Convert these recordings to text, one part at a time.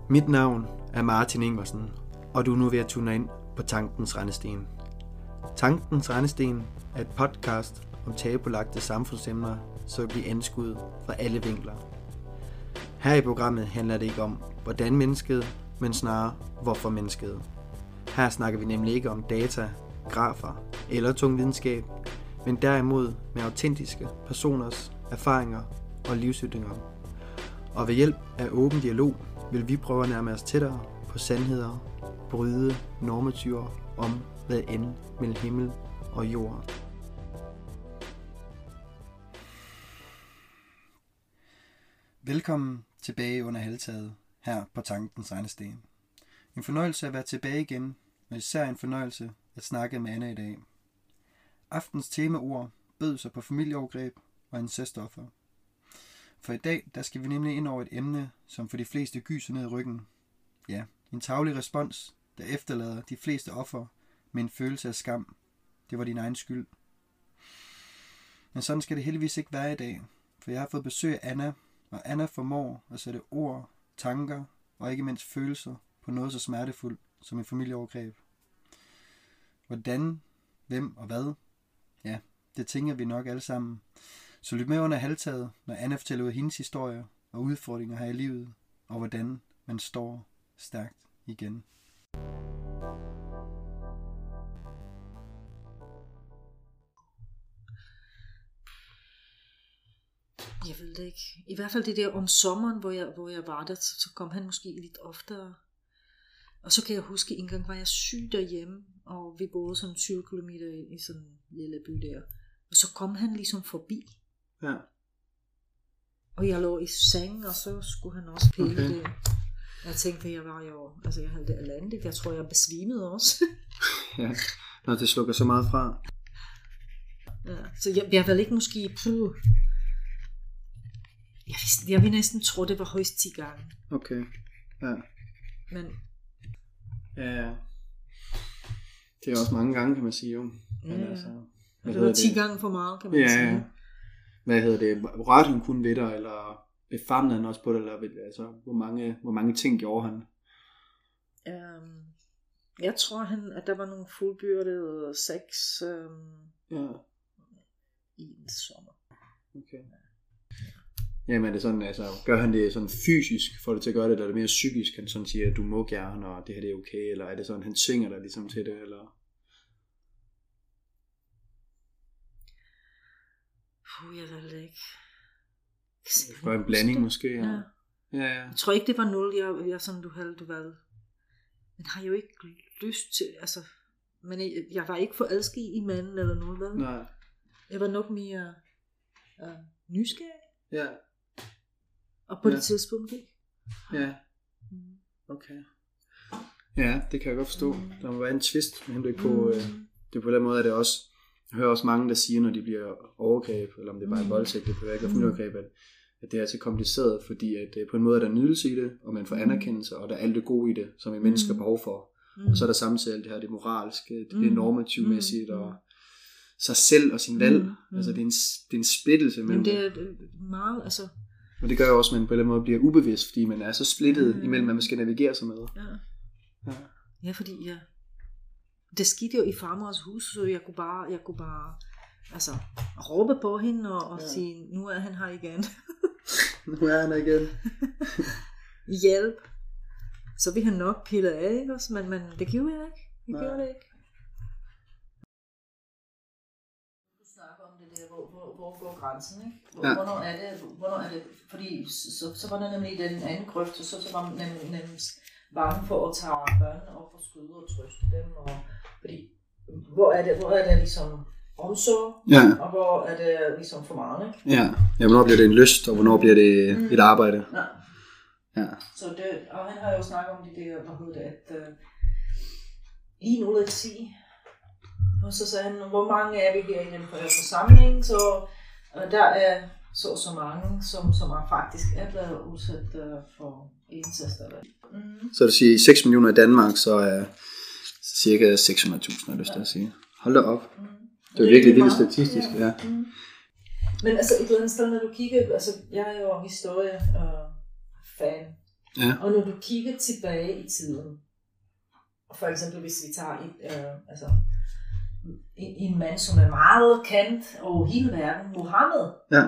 Mit navn er Martin Ingvarsen, og du er nu ved at tune ind på Tankens Rendesten. Tankens Rendesten er et podcast om tabubelagte samfundsemner, så vil blive anskuet fra alle vinkler. Her i programmet handler det ikke om, hvordan mennesket, men snarere, hvorfor mennesket. Her snakker vi nemlig ikke om data, grafer eller tung videnskab, men derimod med autentiske personers erfaringer og livsytringer. Og ved hjælp af åben dialog vil vi prøve at nærme os tættere på sandheder, bryde normatyver om hvad end mellem himmel og jord. Velkommen tilbage under halvtaget her på Tankens Rendesten. En fornøjelse at være tilbage igen, og især en fornøjelse at snakke med Anna i dag. Aftens temaord bød sig på familieovergreb og incestoffer. For i dag, der skal vi nemlig ind over et emne, som for de fleste gyser ned i ryggen. Ja, en tarvelig respons, der efterlader de fleste offer med en følelse af skam. Det var din egen skyld. Men sådan skal det heldigvis ikke være i dag, for jeg har fået besøg af Anna, og Anna formår at sætte ord, tanker og ikke mindst følelser på noget så smertefuldt som et familieovergreb. Hvordan, hvem og hvad? Ja, det tænker vi nok alle sammen. Så lyt med under halvtaget, når Anna fortæller ud af hendes historier og udfordringer her i livet, og hvordan man står stærkt igen. Jeg ved det ikke. I hvert fald det der om sommeren, hvor jeg var der, så kom han måske lidt oftere. Og så kan jeg huske, en gang var jeg syg derhjemme, og vi boede sådan 20 km i sådan en lille by der. Og så kom han ligesom forbi. Ja. Og jeg lå i sengen, og så skulle han også pille det. Jeg tænkte, jeg havde det elendigt. Jeg tror, jeg besvimede også. Ja, når det slukker så meget fra. Ja, så jeg vil ikke måske jeg vil næsten tro, det var højst 10 gange. Okay, ja. Men ja. Det er også mange gange, kan man sige jo. Men altså, det var 10 gange for meget, kan man sige. Ja. Hvad hedder det? Rørte han kun ved dig, eller befamlede han også på dig, eller altså, hvor mange ting gjorde han? Jeg tror, at der var nogle fuldbyrdede sex i en sommer. Okay. Jamen er det sådan, altså, gør han det sådan fysisk, for det til at gøre det, eller er det mere psykisk, han sådan siger, at du må gerne, og det her det er okay, eller er det sådan, han tvinger dig ligesom til det, eller? Jeg ved det ikke. Det var en blanding måske, ja. Jeg tror ikke, det var 0, jeg sådan, du valgte. Men har jo ikke lyst til, altså, men jeg var ikke forelsket i manden eller noget, vel? Nej. Jeg var nok mere nysgerrig. Ja. Og på det tidspunkt, ikke? Ja. Okay. Ja, det kan jeg godt forstå. Der må være en twist med henblik på, det på den måde er det også, jeg hører også mange, der siger, når de bliver overgreb, eller om det er bare en voldtægt, det kan være ikke familieovergreb, at det er så kompliceret, fordi at på en måde er der nydelse i det, og man får anerkendelse, og der er alt det gode i det, som vi mennesker har behov for. Og så er der samtidig alt det her, det moralske, det normativmæssigt, og sig selv og sin valg. Altså det er en splittelse mellem det. Er meget, altså. Og det gør jo også, at man på en eller anden måde bliver ubevidst, fordi man er så splittet imellem, hvad man skal navigere sig med. Ja, fordi det skete jo i farmors hus, så jeg kunne bare altså råbe på hende og sige, nu er han her igen. Nu er han her igen. Hjælp. Så vi har nok pillet af, ikke også? Men det gjorde jeg ikke. Gjorde det ikke. Du snakker om det der, hvor går grænsen, ikke? Hvornår er det? Fordi så var der nemlig den anden grøft, og så var man nemlig bange for at tage børnene op og skyde og trøste dem, og fordi hvor er det ligesom omsorg, og hvor er det ligesom for meget, ikke? Ja, hvornår bliver det en lyst, og hvornår bliver det et arbejde? Ja. Så det, og han har jo snakket om det der, at lige 0 af 10, og så sagde han, hvor mange er vi her i den forsamling, så der er så mange, som faktisk er blevet udsat for incest. Så det siger, 6 millioner i Danmark, så er cirka 600.000, har lyst til at sige. Hold da op. Det er virkelig vildt statistisk, ja. Men altså et eller andet sted, når du kigger, altså jeg er jo historie fan, Ja. Og når du kigger tilbage i tiden, for eksempel hvis vi tager en mand, som er meget kendt over hele verden, Mohammed. Ja.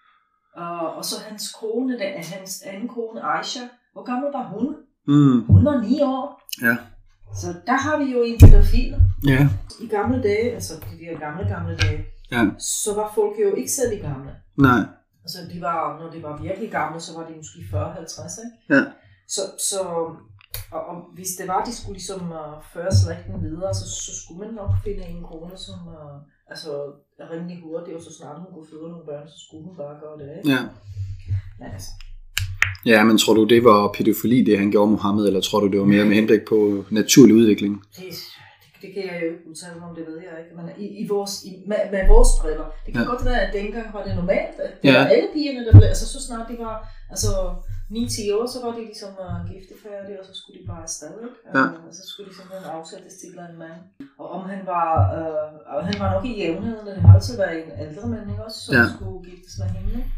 Og så hans kone, hans anden kone, Aisha. Hvor gammel var hun? Hun var 9 år. Ja. Så der har vi jo en pædofil. Ja. I gamle dage, altså de der gamle dage, så var folk jo ikke særlig gamle. Nej. Altså når de var virkelig gamle, så var de måske 40-50, ikke? Ja. Så og hvis det var, de skulle ligesom føre slægten videre, så skulle man nok finde en kone, som rimelig hurtigt, og så snart hun kunne føde nogle børn, så skulle hun bare gøre det, ikke? Ja. Men altså. Ja, men tror du, det var pædofili, det han gjorde Mohammed, eller tror du, det var mere med henblik på naturlig udvikling? Det kan jeg jo ikke udtale mig om, det ved jeg ikke. Men med vores briller, det kan godt være, at dengang var det normalt, at det var alle pigerne, der blev, altså så snart de var 9-10 år, så var de ligesom giftefærdige, og så skulle de bare afsted, ikke? Så skulle de simpelthen afsættes til en mand. Og om han var nok i jævnheden, og det har altid været en ældre mand, ikke også, som skulle giftes med hende, ikke?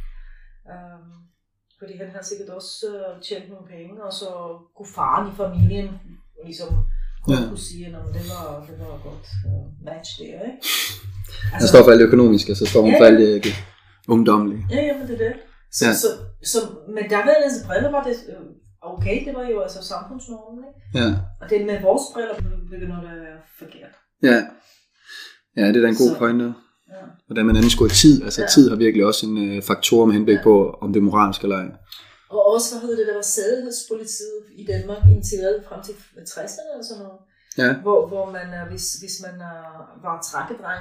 Fordi han havde sikkert også tjent nogle penge, og så kunne faren i familien ligesom kunne sige, at det var godt match der, ikke? Altså, han står for alt det økonomiske, så står hun for alt det ungdommelige. Ja, men det er det. Så men der var altså briller, var det okay, det var jo altså samfundsnormen, ikke? Ja. Og det med vores briller begynder det at være forkert. Ja. Ja, det er da en god pointe. Ja. Hvordan man anskuer tid. Altså tid har virkelig også en faktor med henblik på, om det er moralsk eller ej. Og også, der var sædelighedspolitiet i Danmark indtil frem til 60'erne eller sådan noget. Ja. Hvor man, hvis man var trækkedreng,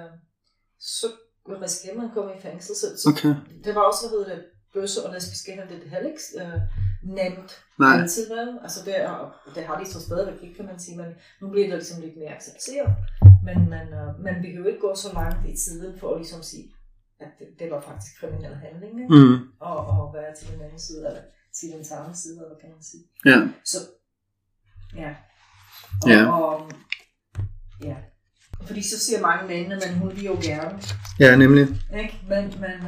så risikerer man at komme i fængsel. Så det var også, bøsse og lesbiske, det heller ikke nemt altid, vel? Altså det har de så stadigvæk ikke, kan man sige, men nu bliver det ligesom lidt mere accepteret. Men man vil jo ikke gå så langt i tiden for at ligesom sige, at det var faktisk kriminel handling, ikke? Og være til den anden side, eller til den samme side, eller kan man sige. Ja. Så, fordi så siger mange mændene, men hun vil jo gerne. Ja, nemlig. Ikke? Men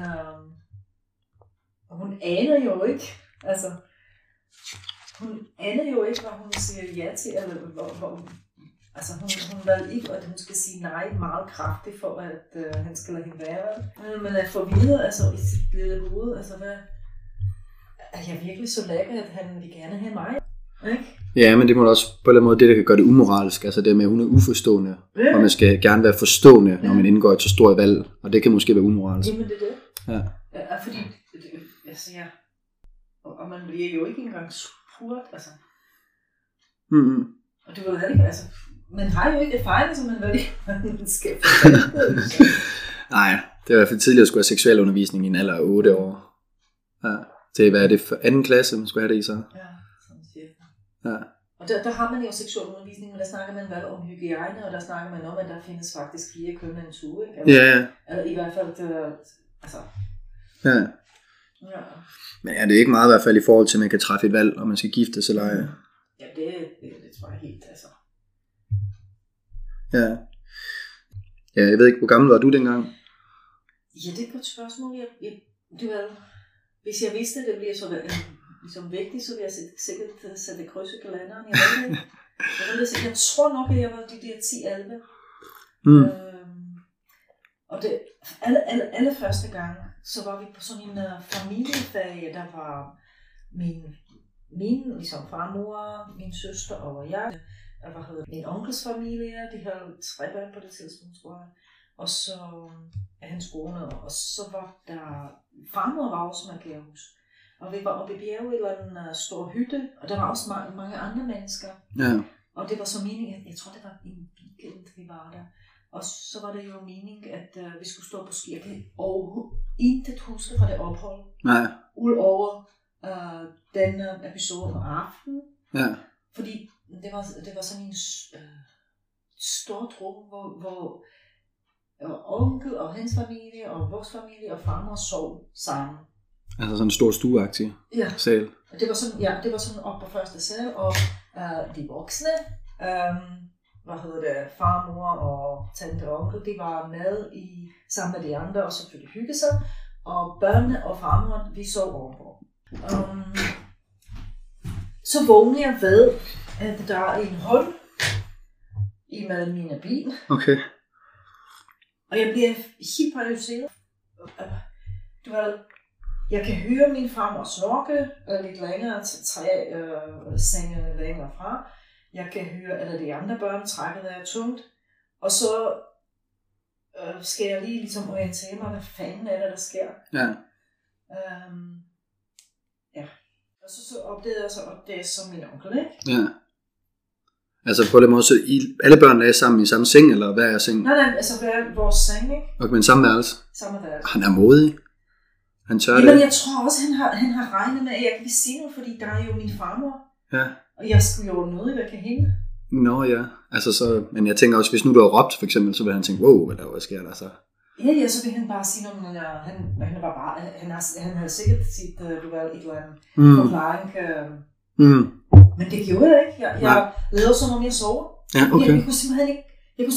hun aner jo ikke, altså, hvad hun siger ja til, eller altså hun vil ikke, at hun skal sige nej meget kraftigt, for at han skal lade hende være. Men er forvirret, altså i sit lille hoved, altså hvad, er jeg virkelig så lækker, at han vil gerne have mig, ikke? Ja, men det må da også på en eller anden måde det, der kan gøre det umoralsk, altså det med, at hun er uforstående, og man skal gerne være forstående, når man indgår et så stort valg, og det kan måske være umoralsk. Jamen det er det. Ja. Fordi, altså og man bliver jo ikke engang spurgt, altså. Og det var heller ikke, altså, man har jo ikke erfaring, som man vel ikke skal fortælle. Nej, det er i hvert fald tidligere at skulle have seksualundervisning i en alder af 8 år. Ja. Til hvad er det for 2. klasse, man skulle have det i så? Ja, sådan cirka. Ja. Og der har man jo seksualundervisning, men der snakker man vel om hygiejne, og der snakker man om, at der findes faktisk 4 køn end 2, ikke? Eller i hvert fald, altså. Ja. Men er det ikke meget i hvert fald i forhold til, at man kan træffe et valg, om man skal giftes eller ej? Ja, det tror jeg helt, altså. Ja. Ja, jeg ved ikke, hvor gammel var du dengang? Ja, det er et godt spørgsmål. Hvis jeg vidste, at det bliver så ligesom vigtigt, så ville jeg sikkert sætte kryds i kalenderen. Jeg tror nok, at jeg var de der 10-11. Og det allerførste gang, så var vi på sådan en familieferie, der var min ligesom farmor, min søster og jeg. Min onkels familie, de havde 3 børn på det tidspunkt, tror jeg. Og så hans kone, og så var der, farmor var også med Gerhus. Og vi var oppe i bjerget i en stor hytte, og der var også mange andre mennesker. Ja. Og det var så meningen, jeg tror det var en weekend, vi var der. Og så var det jo meningen, at vi skulle stå på ski. Jeg kan intet huske fra det ophold. Nej. Udover den episode om aftenen. Ja. Fordi det var sådan en stor rum, hvor onkel og hans familie og vores familie og farmor sov sammen. Altså sådan en stor stueagtig sal. Det var sådan op på første sal, og de voksne, farmor og tante og onkel, de var med sammen med de andre og selvfølgelig hygge sig. Og børnene og farmor, vi sov ovenpå. så vågner jeg ved, at der er en hul imellem mine ben. Okay. Og jeg bliver helt paralyseret. Du ved, jeg kan høre min farmor snorke lidt længere til 3 senge længere fra. Jeg kan høre, at de andre børn trækker der tungt. Og så skal jeg lige ligesom orientere mig, hvad fanden er der sker. Ja. Ja. Og så opdagede jeg så, at det er som min onkel, ikke? Ja. Altså på den måde, så alle børn er sammen i samme seng, eller hvad er seng? Nej, altså hvad er vores seng, ikke? Okay, men samme værelse? Samme værelse. Han er modig. Han tør det. Jamen jeg tror også, han har regnet med, at jeg kan sige noget, fordi der er jo min farmor. Ja. Og jeg skulle jo noget væk af hende. Nå ja, altså så, men jeg tænker også, hvis nu du har råbt for eksempel, så vil han tænke, wow, hvad sker der så? Ja, så vil han bare sige noget, men han var bare, han havde sikkert set, du var et eller andet forklaring. Men det gjorde jeg ikke. Jeg lavede som om jeg sov. Ja, okay. Jeg kunne simpelthen ikke,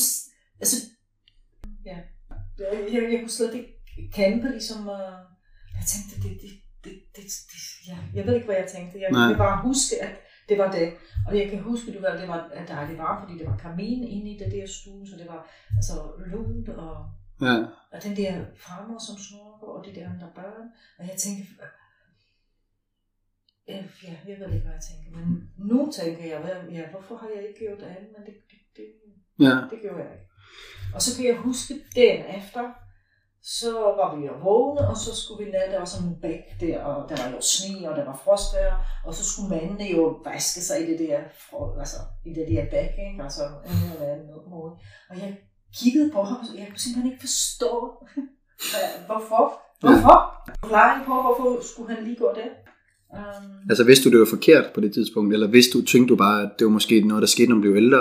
jeg kunne slet ikke kæmpe, ligesom, jeg tænkte, jeg ved ikke, hvad jeg tænkte. Jeg kan bare huske, at det var det. Og jeg kan huske, det var dejligt varmt, fordi det var kamin inde i det der stue, så det var altså lunt og den der farmor som snorker, og de der andre børn. Og jeg tænkte, jeg ved ikke, hvad jeg tænker, men nu tænker jeg, hvorfor har jeg ikke gjort det andet, men det gjorde jeg ikke. Og så kan jeg huske, dagen efter, så var vi jo vågne, og så skulle vi ned, der var sådan en bæk der, og der var jo sne, og der var frostvejr, og så skulle mændene jo vaske sig i det der, altså i det der bæk, ikke? Altså en eller anden måde. Og jeg kiggede på ham, og jeg kunne simpelthen ikke forstå, hvorfor? Forklaring på, hvorfor skulle han lige gå der? Altså vidste du, det var forkert på det tidspunkt, eller tænkte du bare, at det var måske noget, der skete, når du blev ældre?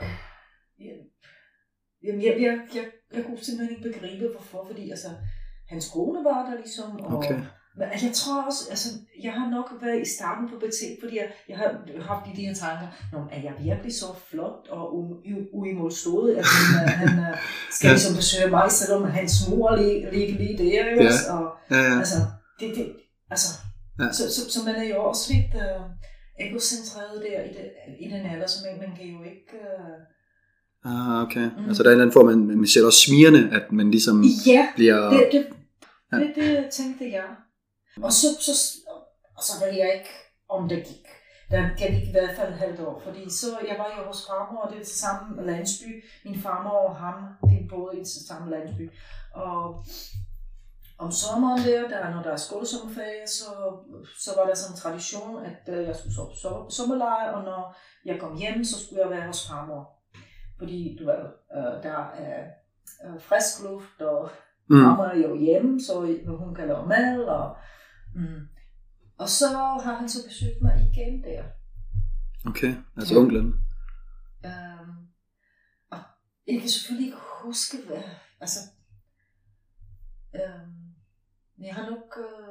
Jamen, jeg kunne simpelthen ikke begribe, hvorfor, fordi altså, hans kone var der ligesom, og okay. Men jeg tror også, altså, jeg har nok været i starten på BT, fordi jeg har haft de her tanker, er jeg virkelig så flot og uimodståelig, at han skal ligesom besøge mig, selvom hans mor ligger lige der, ikke også? Og, altså, så man er jo også lidt egocentreret der i den alder, så man kan jo ikke... okay. Altså der er en eller anden form, man ser også smirende, at man ligesom bliver... det tænkte jeg. Og så ved jeg ikke, om det gik. Der gik i hvert fald et halvt år, fordi så jeg var jo hos farmor, og det er til samme landsby. Min farmor og ham, de boede i samme landsby. Og om sommeren når der er skolesommerferie, så var der sådan en tradition, at jeg skulle sove sommerlejr, og når jeg kom hjem, så skulle jeg være hos farmor. Fordi du ved, der er frisk luft, og farmor er jo hjemme, så hun kan lave mad, og så har han så besøgt mig igen der. Okay, altså onklen. Og jeg kan selvfølgelig ikke huske, hvad, altså, men jeg har nok,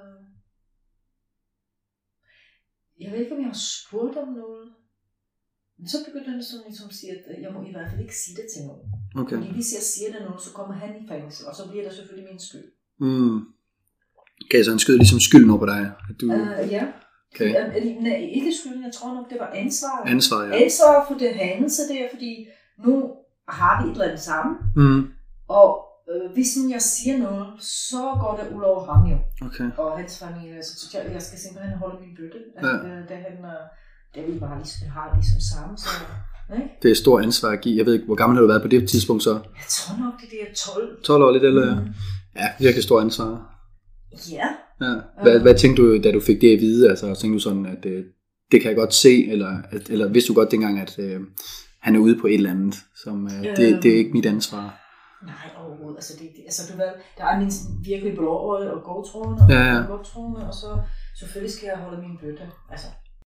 jeg ved ikke, om jeg har spurgt om noget. Men så begyndte han sådan ligesom at sige, at jeg må i hvert fald ikke sige det til nogen. Okay. Fordi hvis jeg siger det nogen, så kommer han i fængsel, og så bliver det selvfølgelig min skyld. Okay, så han skød ligesom skylden over på dig? At du... Ja. Okay. Nej, ikke skylden, jeg tror nok, det var ansvar. Ansvar, ja. Ansvar for det hændelse der, fordi nu har vi et eller andet sammen. Og hvis nu jeg siger noget, så går det ud over ham jo. Okay. Og hans familie, så jeg skal simpelthen holde min bøtte. Det vil bare ligesom have ligesom sammen, så... Ikke? Det er et stort ansvar at give. Jeg ved ikke, hvor gammel har du været på det tidspunkt så? Jeg tror nok, det er 12. 12 år lidt, eller? Ja, virkelig stort ansvar. Ja. Hvad tænkte du, da du fik det at vide? Altså, tænkte du sådan, at det kan jeg godt se, eller vidste du godt dengang, at han er ude på et eller andet, som det er ikke mit ansvar? Nej, overhovedet. Altså, du ved, der er min virkelig blåøje og godtroende, og godtroende, og så selvfølgelig skal jeg holde min bøtte. Altså.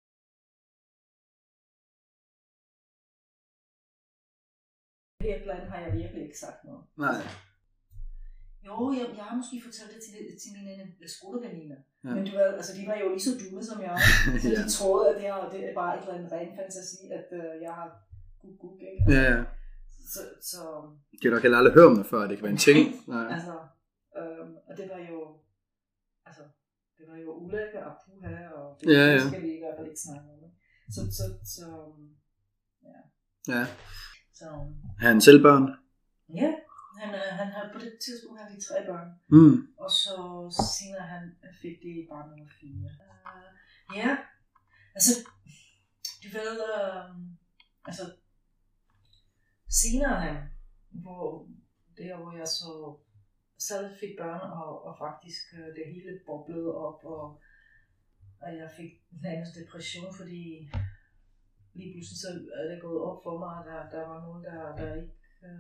Det blandt har jeg virkelig ikke sagt noget. Nej. Jo, jeg har måske fortalt det til mine skoleveninder. Ja. Men du ved, altså de var jo lige så dumme som jeg. Så de troede, at det er bare et eller andet ren fantasi, at jeg har gug, ikke? Altså, ja. Så... Det er nok heller aldrig hørt om det før, det kan være en ting. Nej. Altså, og det var jo ulækker og puha, og det skal vi i hvert fald ikke snakke om. Så Ja. Så, Har han selv børn? ja, han har på det tidspunkt havde de 3 børn. Og så senere han fik det barn nummer 4. Ja, altså, du ved, altså, senere han, hvor jeg så selv fik børn, og faktisk det hele boblede op, og jeg fik nærmest depression, fordi lige pludselig så er det gået op for mig, at der var nogen, der ikke...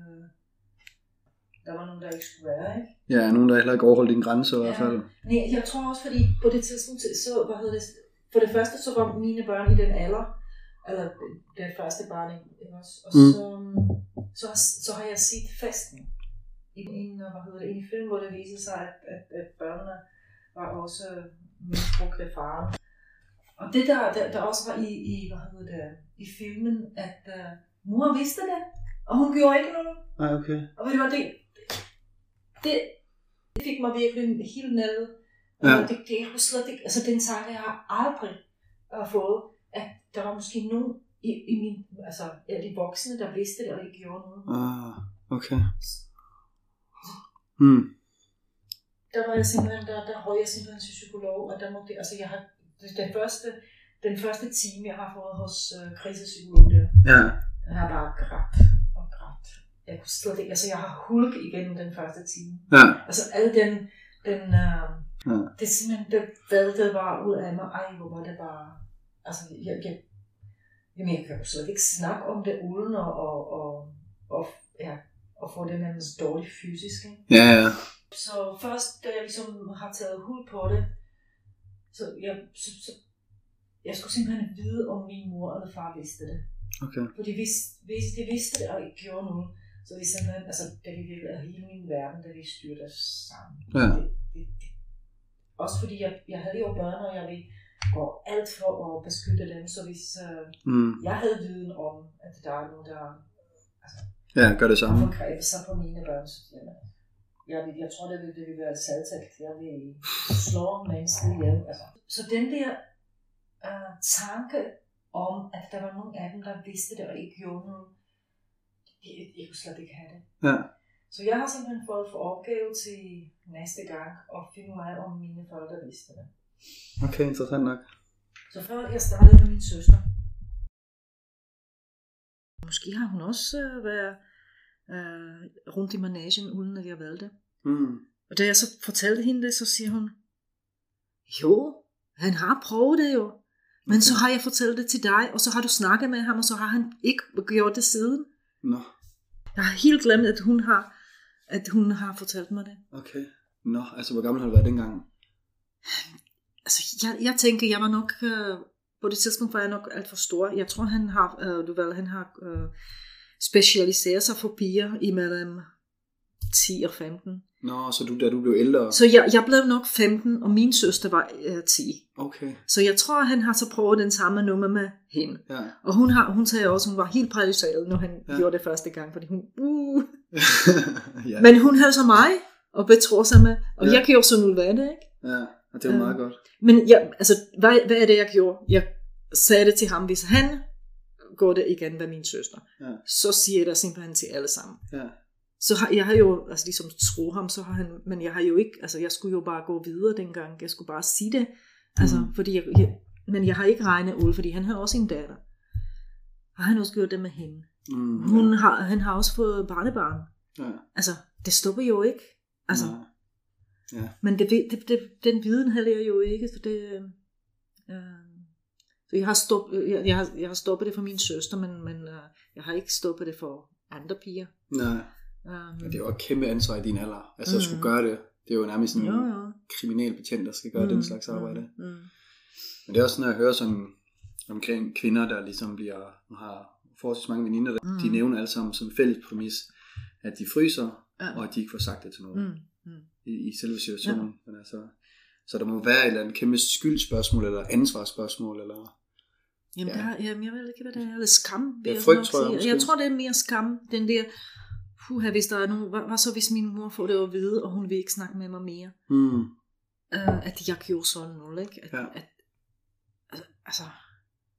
Der var nogen, der ikke skulle være, ikke? Ja, nogen, der heller ikke overholdt din grænse i hvert fald. Nej, jeg tror også, fordi på det tidspunkt, så, for det første, så var mine børn i den alder, eller det første barn, ikke også? Og så har jeg set festen i en film, hvor det viser sig, at børnene var også misbrugt af faren. Og det der også var i filmen, at mor vidste det, og hun gjorde ikke noget. Okay. Og ved du hvad, det fik mig virkelig helt nede. Ja. Jeg kunne slet ikke, altså den tanke, jeg har aldrig fået, at der var måske nogen i min, altså de voksne, der vidste det og ikke gjorde noget. Okay. Der var jeg simpelthen, der røg jeg simpelthen til psykolog, og der måtte, altså jeg har, den første time, jeg har fået hos krisepsykolog der, der har jeg bare grædt. Jeg kunne slet ikke, altså jeg har hulk igennem den første time. Ja. Altså al den det simpelthen, det væltede bare ud af mig. Ej, hvor var det bare, altså jeg kan jo slet ikke snakke om det uden og få det nærmest dårligt fysisk. Ikke? Ja. Så først, da jeg ligesom har taget hul på det, så jeg skulle simpelthen vide, om min mor eller far vidste det. Okay. For de vidste det og ikke gjorde noget. Så vi simpelthen, altså det er virkelig hele min verden, der vi styrte sammen. Ja. Også fordi jeg havde jo børn, og jeg ville gå alt for at beskytte dem, så hvis jeg havde viden om, at der er nogen, der gør det samme. Forgrebet sig på mine børn, så jeg tror, det ville være salgtalt. Jeg vil slå mennesker ihjel. Altså. Så den der tanke om, at der var nogen af dem, der vidste det og ikke gjorde noget, jeg kunne slet ikke have det. Ja. Så jeg har simpelthen fået for opgave til næste gang at finde ud af, om mine forældre vidste det. Okay, interessant nok. Så før jeg startede med min søster. Måske har hun også været rundt i managen, uden at jeg valgte. Og da jeg så fortalte hende det, så siger hun, jo, han har prøvet det jo. Men så har jeg fortalt det til dig, og så har du snakket med ham, og så har han ikke gjort det siden. Nå. Jeg har helt glemt, at hun har fortalt mig det. Okay. Nå, altså hvor gammel har du været dengang? Altså, jeg tænker, jeg var nok, på det tidspunkt var jeg nok alt for stor. Jeg tror, han har specialiseret sig for piger imellem 10 og 15. Nå, så da du blev ældre? Så jeg blev nok 15, og min søster var 10. Okay. Så jeg tror, han har så prøvet den samme nummer med hende. Ja. Og hun sagde også, hun var helt paralyseret, når han gjorde det første gang, fordi hun... Men hun havde så mig, og betror sig med, og jeg gjorde sådan noget ved det, ikke? Ja, og det var meget godt. Men altså, hvad er det, jeg gjorde? Jeg sagde det til ham, hvis han går det igen med min søster, så siger jeg det simpelthen til alle sammen. Ja. Så jeg har jo, altså ligesom tro ham, så har han, men jeg har jo ikke, altså jeg skulle jo bare gå videre dengang, jeg skulle bare sige det, altså, fordi men jeg har ikke regnet ud, fordi han har også en datter. Har han også gjort det med hende? Han har også fået barnebarn. Ja. Altså, det stopper jo ikke. Altså, men den viden havde jeg jo ikke, så det... Så jeg har stoppet det for min søster, men jeg har ikke stoppet det for andre piger. Nej. Det er jo et kæmpe ansvar i din alder. Altså at skulle gøre det. Det er jo nærmest sådan en kriminalbetjent, der skal gøre den slags arbejde. Men det er også sådan, at jeg hører sådan omkring kvinder, der ligesom har forholdsvis mange veninder, der de nævner alle sammen som fælles præmis, at de fryser, og at de ikke får sagt det til nogen i selve situationen. Men altså, så der må være et eller andet kæmpe skyldspørgsmål, eller ansvarsspørgsmål, eller... Jamen, jeg ved ikke, hvad det er. Eller skam. Det er frygt, tror jeg. Jeg tror, det er mere skam. Den der, hvis der er nogen... Hvad så, hvis min mor får det at vide, og hun vil ikke snakke med mig mere? At jeg gjorde sådan noget, ikke? Altså...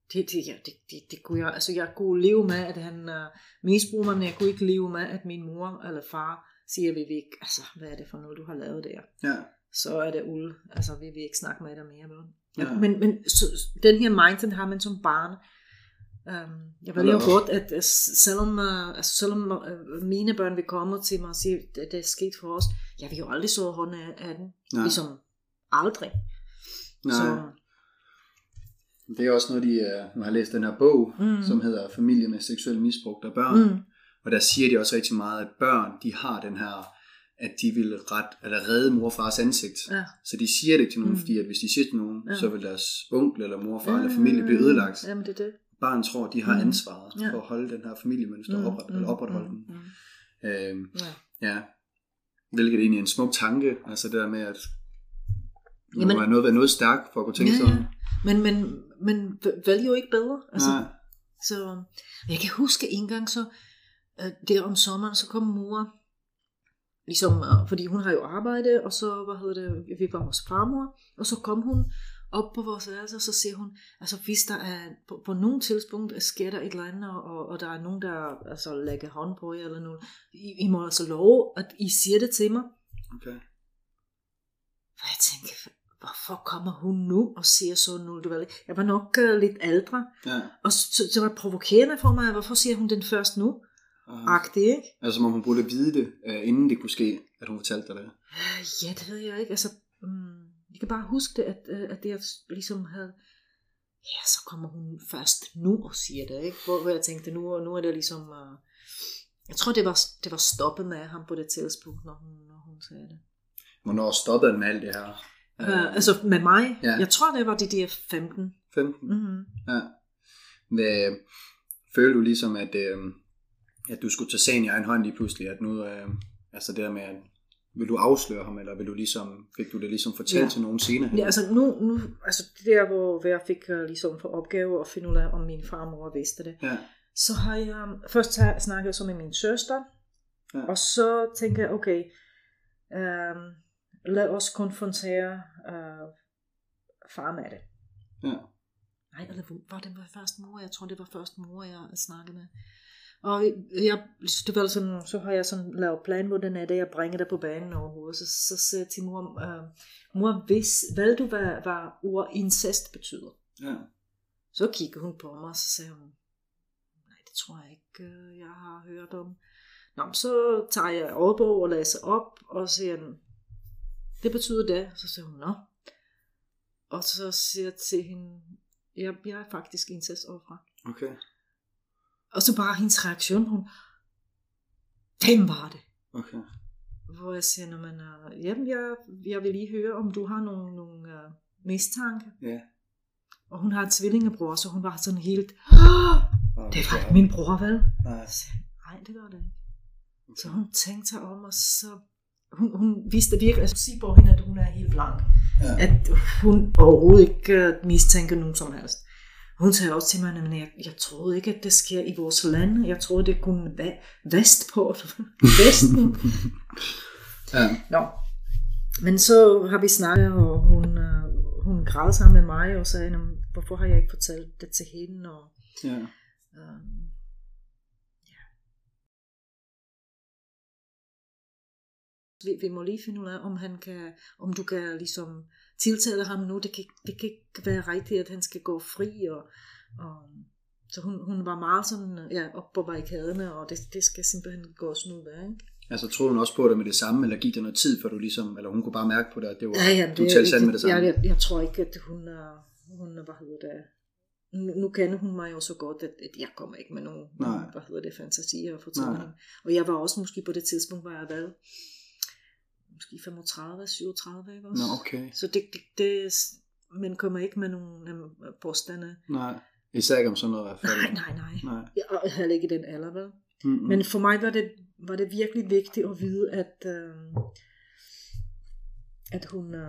Det kunne jeg, altså jeg kunne leve med, at han misbruger mig, men jeg kunne ikke leve med, at min mor eller far siger, vi vil ikke, altså hvad er det for noget, du har lavet der? Ja. Så er det ude, altså vi vil ikke snakke med dig mere. Ja. Men så, den her mindset har man som barn. Jeg ved jo godt, at selvom mine børn vil komme til mig og sige, at det er sket for os, jeg vil jo aldrig så hånden af den. Nej. Ligesom aldrig. Nej. Så det er også noget, nu har jeg læst den her bog, som hedder Familie med seksuel misbrug af børn. Og der siger de også rigtig meget, at børn, de har den her, at de vil redde mor og fars ansigt. Ja. Så de siger det ikke til nogen, fordi at hvis de siger til nogen, så vil deres onkel eller morfar eller familie blive ødelagt. Jamen, det er det. Barn tror, de har ansvaret for at holde den her familiemønster opretholde den. Ja. Hvilket egentlig er en smuk tanke, altså det der med, at det må være noget stærkt for at kunne tænke sådan. Men vælger jo ikke bedre. Altså, så jeg kan huske en gang, så der om sommeren, så kom mor, ligesom, fordi hun har jo arbejdet, og så, vi var hos farmor, og så kom hun op på vores værelse, og så siger hun, altså hvis der er, på nogle tidspunkt sker der et eller andet, og der er nogen, der altså lægger hånd på jer, eller noget, I må altså love, at I siger det til mig. Okay. Og jeg tænker, hvorfor kommer hun nu og siger sådan noget, du ved ikke? Jeg var nok lidt ældre, og så det var provokerende for mig, hvorfor siger hun den først nu? Agtig, ikke? Altså må hun burde vide det, inden det kunne ske, at hun fortalte dig det? Ja, det ved jeg ikke. Altså, jeg kan bare huske det, at det jeg ligesom havde, så kommer hun først nu og siger det, ikke? Hvor jeg tænkte, nu er det ligesom, jeg tror det var stoppet med ham på det tidspunkt, når hun sagde det. Hvornår stoppede han med alt det her? Altså med mig? Ja. Jeg tror det var de der 15. 15? Ja. Føler du ligesom, at du skulle tage sagen i egen hånd lige pludselig, at nu, altså det der med, at vil du afsløre ham, eller vil du ligesom, fik du det ligesom fortalt til nogen senere? Ja, altså nu, altså det der, hvor jeg fik ligesom for opgave at finde ud af, om min far og mor vidste det. Ja. Så har jeg først snakket så med min søster, og så tænker jeg, okay, lad os konfrontere far med det. Ja. Nej, eller var det først mor? Jeg tror, det var først mor, jeg snakkede med. Og det var sådan, så har jeg sådan lavet plan, hvordan er det, jeg bringer det på banen overhovedet. Så siger jeg til mor, mor, ved du, hvad ord incest betyder? Ja. Så kigger hun på mig, og så siger hun, nej, det tror jeg ikke, jeg har hørt om. Nå, så tager jeg ordbog og læser op, og siger, det betyder det. Så siger hun, nå. Og så siger jeg til hende, jeg er faktisk incest overfra. Okay. Og så bare hendes reaktion, hvem var det? Okay. Hvor jeg siger, jamen jeg vil lige høre, om du har nogle mistanke. Ja. Og hun har en tvillingebror, så hun var sådan helt, det var ikke min bror, vel? Nej, det var det ikke. Okay. Så hun tænkte sig om, og så, hun vidste virkelig, at sige på hende, at hun er helt blank. Ja. At hun overhovedet ikke mistænker nogen som helst. Hun sagde også til mig, at jeg troede ikke, at det sker i vores land. Jeg troede, det kunne være vestpå. Vesten. Ja. Nå. Men så har vi snakket, og hun græd sammen med mig, og sagde, hvorfor har jeg ikke fortalt det til hende? Og, ja. Vi må lige finde ud af, om du kan ligesom tiltale ham nu. Det kan ikke være rigtigt, at han skal gå fri. Og så hun var meget sådan, op på barrikaderne, og det skal simpelthen gå sådan ud af, ikke? Altså troede hun også på det med det samme, eller gik der noget tid, for du ligesom, eller hun kunne bare mærke på det, at det var, du talte sandt med det samme? Jeg tror ikke, at hun hvad hedder det, nu kender hun mig jo så godt, at jeg kommer ikke med nogen, fantasier og fortællinger. Og jeg var også måske på det tidspunkt, hvor jeg var måske 35, 37, ikke også? Nå, okay. Så det man kommer ikke med nogle påstande. Nej, især ikke om sådan noget i hvert fald. Nej. Jeg havde ikke den alder, vel? Mm-hmm. Men for mig var det virkelig vigtigt at vide, at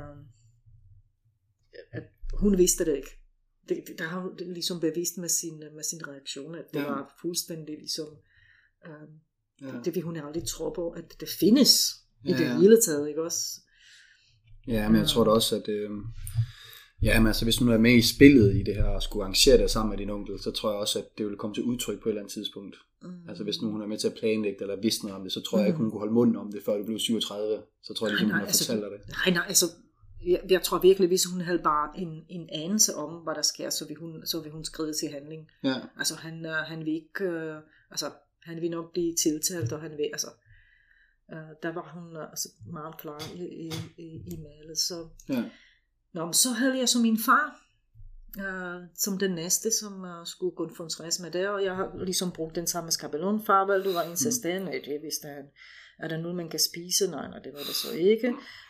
hun vidste det ikke. Der har hun ligesom bevist med sin reaktion, at det var fuldstændig ligesom, det vil hun aldrig tro på, at det findes i det hele taget, ikke også? Ja, men jeg tror da også, Ja, men altså hvis du er med i spillet i det her og skulle arrangere det sammen med din onkel, så tror jeg også, at det ville komme til udtryk på et eller andet tidspunkt. Altså hvis nu hun er med til at planlægge eller vidste noget om det, så tror jeg ikke, hun kunne holde munden om det, før du blev 37. Så tror jeg ligesom, hun har fortalt dig det. Nej, altså jeg tror virkelig, hvis hun havde bare en anelse om, hvad der sker, så vil hun skride til handling. Ja. Altså han vil ikke, han vil nok blive tiltalt, og han vil, altså der var hun altså meget klar i malet. Så ja. Nå, så havde jeg så min far som den næste, som skulle konfronteres med det, og jeg har ligesom brugt den samme skabelon. Far, vel, du var insistent, jeg vidste, er der noget, man kan spise? Nej, det var det så ikke.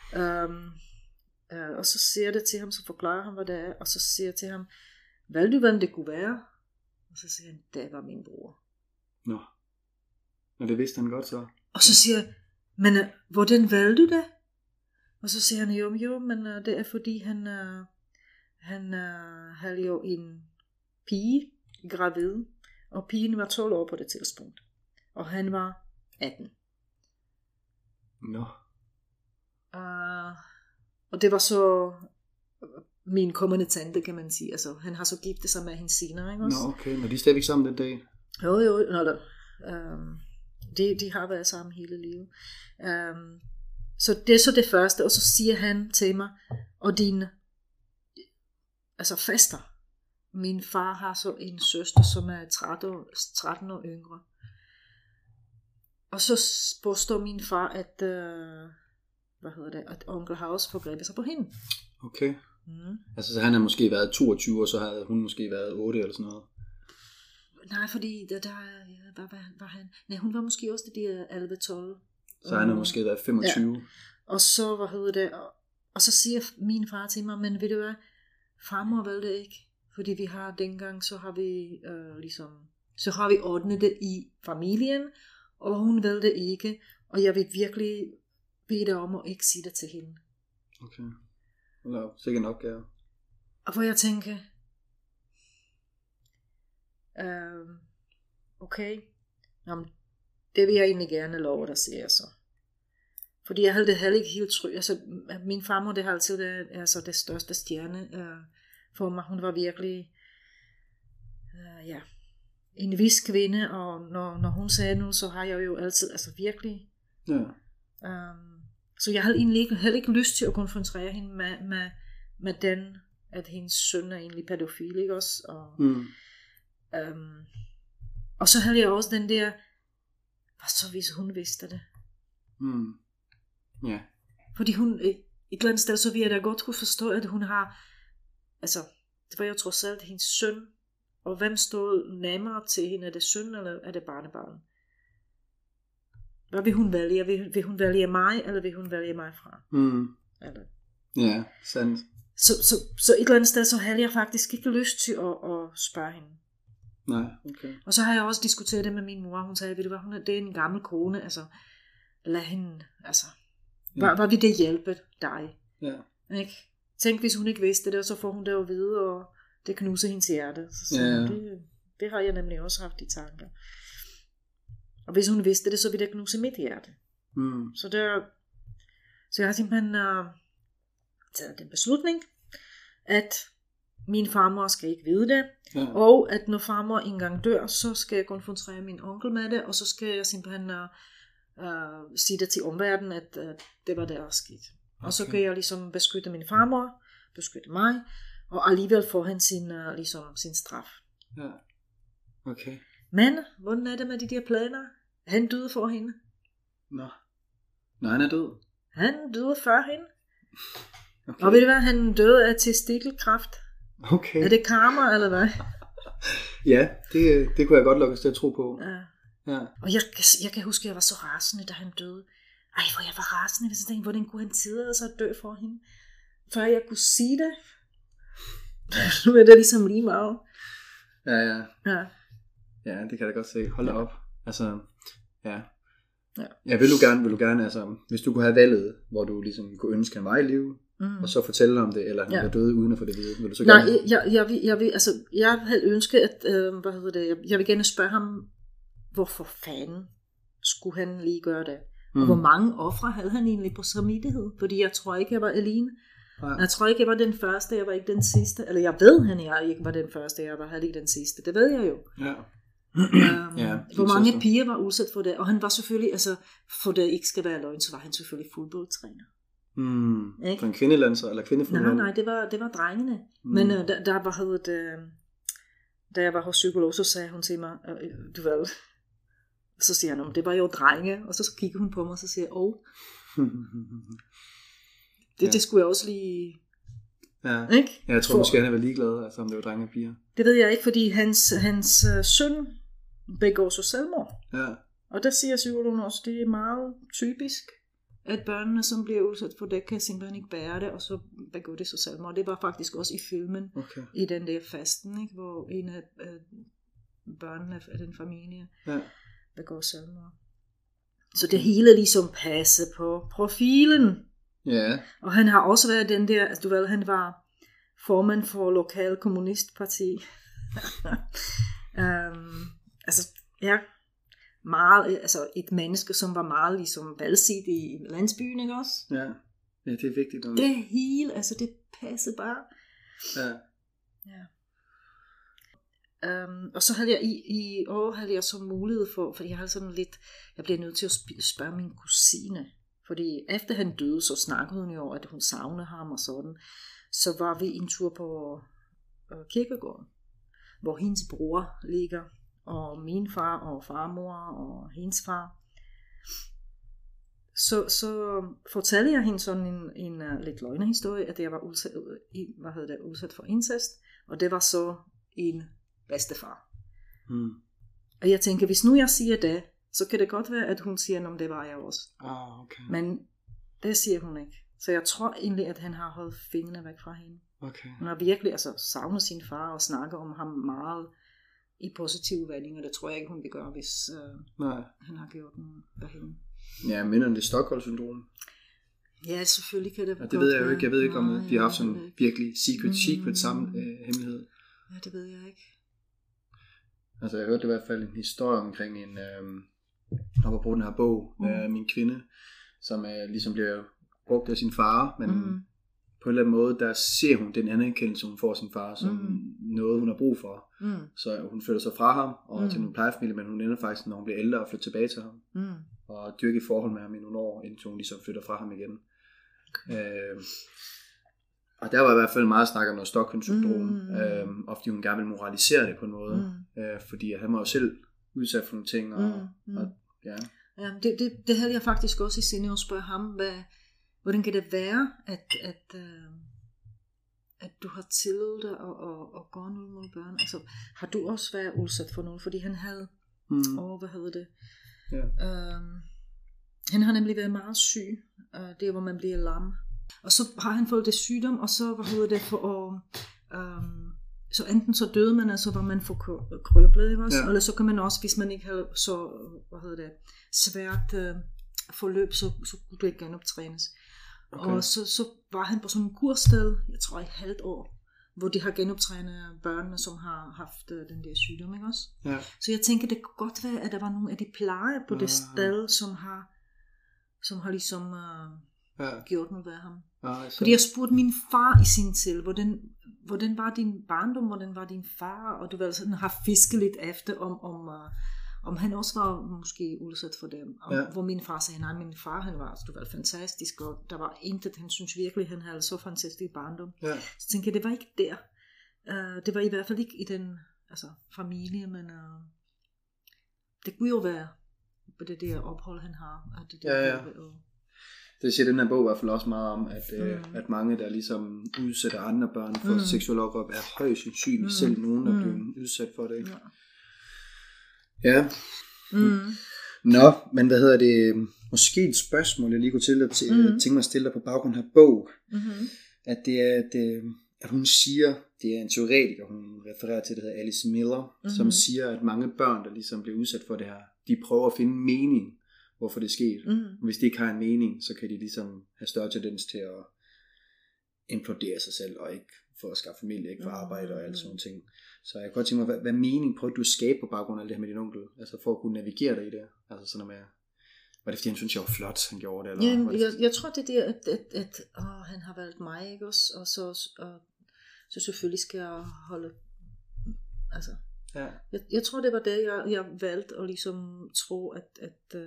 Og så siger det til ham, så forklarer han, hvad det er, og så siger jeg til ham, hvad du, hvem det kunne være? Og så siger han, det var min bror. Nå, og det vidste han godt så. Og så siger jeg, men hvordan valgte du det? Og så siger han, jo, men det er fordi han havde jo en pige gravid, og pigen var 12 år på det tidspunkt, og han var 18. Nå. Og det var så min kommende tante, kan man sige. Altså, han har så giftet sig med hende senere, ikke også? Nå, okay, men de er stadigvæk sammen den dag? Jo, de har været sammen hele livet. Så det er så det første, og så siger han til mig, og dine faster. Min far har så en søster, som er 13 år yngre. Og så påstår min far, at at onkel har også forgrebet sig på hende. Okay. Altså så han har måske været 22, og så havde hun måske været 8 eller sådan noget. Nej, fordi der var han. Nej, hun var måske også de 11-12. Så han har måske været 25. Ja. Og så og så siger min far til mig, men ved du hvad, farmor vil det ikke, fordi vi har dengang, så har vi så har vi ordnet det i familien, og hun vil det ikke, og jeg vil virkelig bede dig om at ikke sige det til hende. Okay. Eller sikkert en opgave. Og hvor jeg tænker, okay, jamen, det vil jeg egentlig gerne love dig, siger jeg så. Fordi jeg havde det heller ikke helt tryg. Altså, min farmor, det har altid været det største stjerne for mig. Hun var virkelig en vis kvinde, og når hun sagde noget, så har jeg jo altid, virkelig. Ja. Så jeg havde egentlig heller ikke lyst til at konfrontere hende med den, at hendes søn er egentlig pædofil, ikke også? Og så havde jeg også den der, hvad så hvis hun vidste det? Ja. Fordi hun, et eller andet sted, så vil jeg da godt kunne forstå, at hun har, det var jo trods alt hendes søn, og hvem stod nærmere til hende? Er det søn, eller er det barnebarn? Hvad vil hun vælge? Vil hun vælge mig, eller vil hun vælge mig fra? Eller? Ja, sandt. Så et eller andet sted, så havde jeg faktisk ikke lyst til at spørge hende. Nej, okay. Og så har jeg også diskuteret det med min mor. Hun sagde, ved du hvad, det er en gammel kone, lad hende, hvad vil det hjælpe dig? Ja. Ikke? Tænk, hvis hun ikke vidste det, og så får hun det at vide, og det knuser hendes hjerte. Så det har jeg nemlig også haft i tanker. Og hvis hun vidste det, så ville det knuse mit hjerte. Så jeg har simpelthen taget den beslutning, at min farmor skal ikke vide det, og at når farmor engang dør, så skal jeg konfrontere min onkel med det, og så skal jeg simpelthen sige det til omverdenen, at det var det, der skete. Okay. Og så kan jeg ligesom beskytte min farmor, beskytte mig, og alligevel får han sin straf. Ja. Okay. Men, hvordan er det med de der planer? Han døde for hende. Nå, han er død. Han døde for hende. Okay. Og ved du hvad, han døde af testikelkræft. Okay. Er det karma, eller hvad? Ja, det kunne jeg godt lukkes til at tro på. Ja. Og jeg kan huske, at jeg var så rasende, da han døde. Ej, hvor jeg var rasende, hvis jeg tænkte, hvordan kunne han tillade sig at dø for hende? Før jeg kunne sige det. Nu er det ligesom lige meget. Ja. Ja, det kan jeg da godt se. Hold da op. Ja. Ja, vil du gerne, hvis du kunne have valget, hvor du ligesom kunne ønske, han var i live, og så fortælle om det, eller han var døde uden at få det vide, vil du så gerne? Jeg havde ønsket, at, jeg vil gerne spørge ham, hvorfor fanden skulle han lige gøre det? Og hvor mange ofre havde han egentlig på samvittighed? Fordi jeg tror ikke, jeg var alene. Nej. Jeg tror ikke, jeg var den første, jeg var ikke den sidste. Eller jeg ved, jeg ikke var den første, jeg var heller ikke den sidste. Det ved jeg jo. Ja. Hvor mange piger var udsat for det. Og han var selvfølgelig, altså for det ikke skal være løgn, så var han selvfølgelig fodboldtræner. For en kvindelandshold eller kvindefodbold? Nej, det var drengene. Men der var da jeg var hos psykolog, så sagde hun til mig, du ved, så siger han, det var jo drenge, og så kigger hun på mig, og så siger jeg, det skulle jeg også lige... Ja. Ikke? Jeg tror måske, han er ligeglad, altså om det var drenge og piger. Det ved jeg ikke, fordi hans søn begår så selvmord. Ja. Og der siger psykologen også, det er meget typisk, at børnene, som bliver udsat for det, kan simpelthen ikke bære det, og så begår det så selvmord. Det var faktisk også i filmen, i den der fasten, ikke? Hvor en af børnene af den familie begår selvmord. Så det hele ligesom passe på profilen. Ja. Og han har også været den der, altså, du ved, han var formand for lokal kommunistparti. Altså, ja, meget, altså et menneske, som var meget ligesom valgsidig i landsbyen, ikke også? Ja, det er vigtigt. Det hele, altså det passede bare. Ja. Og så havde jeg i år havde jeg så mulighed for, fordi jeg havde sådan lidt, jeg blev nødt til at spørge min kusine, fordi efter han døde, så snakkede hun jo, at hun savnede ham og sådan. Så var vi en tur på kirkegården, hvor hendes bror ligger, og min far og farmor og hendes far. Så fortalte jeg hende sådan en lidt løgnehistorie, at jeg var udsat for incest, og det var så en bedstefar. Og jeg tænker, hvis nu jeg siger det, så kan det godt være, at hun siger, om det var jeg også. Okay. Men det siger hun ikke. Så jeg tror egentlig, at han har holdt fingrene væk fra hende. Okay. Hun har virkelig savnet sin far og snakker om ham meget i positive vendinger. Det tror jeg ikke, hun vil gøre, hvis han har gjort noget ved hende. Ja, minder det Stockholm-syndrom? Ja, selvfølgelig kan det godt. Det ved jeg jo ikke. Jeg ved ikke, om de har haft sådan en virkelig secret hemmelighed. Ja, det ved jeg ikke. Altså, jeg hørte i hvert fald en historie omkring en, apropos den her bog, min kvinde, som ligesom bliver brugt af sin far, men på en eller anden måde, der ser hun den anerkendelse, hun får af sin far, som noget, hun har brug for. Så hun flytter sig fra ham, og til en plejefamilie, men hun ender faktisk, når hun bliver ældre, og flytter tilbage til ham. Og dyrker et forhold med ham i nogle år, indtil hun ligesom flytter fra ham igen. Okay. Og der var i hvert fald meget snak om noget Stockholm-syndrom, og fordi hun gerne vil moralisere det på en måde, fordi han var jo selv udsat for nogle ting, og ja. Ja, det havde jeg faktisk også i sinde at spørge ham, hvordan kan det være, at du har tilladt dig at gå noget mod børn? Altså, har du også været udsat for noget? Fordi han havde, han har nemlig været meget syg, det er, hvor man bliver lam. Og så har han fået det sygdom, og så så enten så døde man, eller så var man for krøblet, ikke også? Eller så kan man også, hvis man ikke havde så, svært forløb, så kunne det ikke genoptrænes. Okay. Og så var han på sådan en kursted, jeg tror et halvt år, hvor de har genoptrænet børnene, som har haft den der sygdom, ikke også? Ja. Så jeg tænker, det kunne godt være, at der var nogle af de plejer på det sted, som har ligesom gjort noget ved ham. Fordi jeg spurgte min far i sin tid, hvordan var din barndom, hvordan var din far, og du ved sådan har fisket lidt efter, om han også var måske udsat for dem. Hvor min far sagde, nej, min far, han var fantastisk, og der var intet, han synes virkelig, han havde så fantastisk barndom. Ja. Så tænkte jeg, det var ikke der. Det var i hvert fald ikke i den familie, men det kunne jo være på det der ophold, han har. Det siger den her bog i hvert fald også meget om, at mange, der ligesom udsætter andre børn for seksuel overgreb, er højst sandsynligt selv nogen, der bliver udsat for det. Ikke? Ja. Nå, men hvad hedder det? Måske et spørgsmål, jeg lige kunne tænke mig at stille dig på baggrund af her bog. At det er, at hun siger, det er en teoretiker, hun refererer til, det hedder Alice Miller, som siger, at mange børn, der ligesom bliver udsat for det her, de prøver at finde mening, hvorfor det er sket. Hvis de ikke har en mening, så kan de ligesom have større tendens til at implodere sig selv, og ikke for at skaffe familie, ikke for arbejde og alle sådan nogle ting. Så jeg kan godt tænke mig, hvad mening prøver du at skabe på baggrund af det her med din onkel, altså for at kunne navigere dig i det, altså sådan med Var det fordi han synes jeg var flot, han gjorde det? Eller jeg tror det der, at han har valgt mig, ikke også? Og så selvfølgelig skal jeg holde, altså, ja. jeg tror det var det, jeg valgte at ligesom tro, at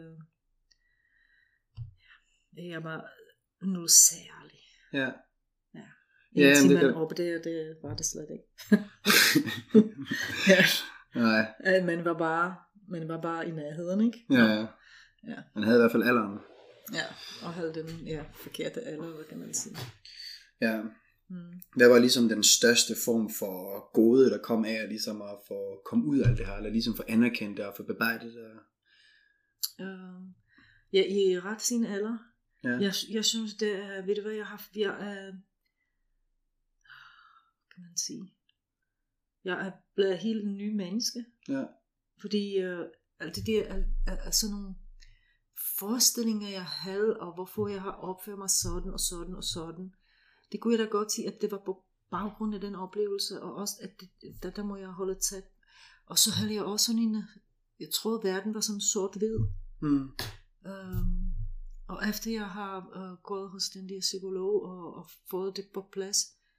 jeg var noget særlig. Ja. Indtil man opdager, det var det slet ikke. Ja. Nej. Man var bare i nærheden, ikke? Ja. Man havde i hvert fald alderen. Ja, og havde den forkerte alder, hvad kan man sige. Ja. Hvad var ligesom den største form for gode, der kom af ligesom at få komme ud af alt det her, eller ligesom få anerkendt det og få bearbejdet det? Ja, i ret sin alder. Ja. Jeg synes det er, ved du hvad, kan man sige, jeg er blevet helt en ny menneske. Ja. Fordi alt det der er sådan nogle forestillinger jeg havde, og hvorfor jeg har opført mig sådan og sådan og sådan, det kunne jeg da godt sige, at det var på baggrund af den oplevelse, og også at der må jeg holde tæt. Og så havde jeg også sådan en, jeg troede verden var sådan sort-hvid. Og efter jeg har gået hos den der psykolog og fået det på plads,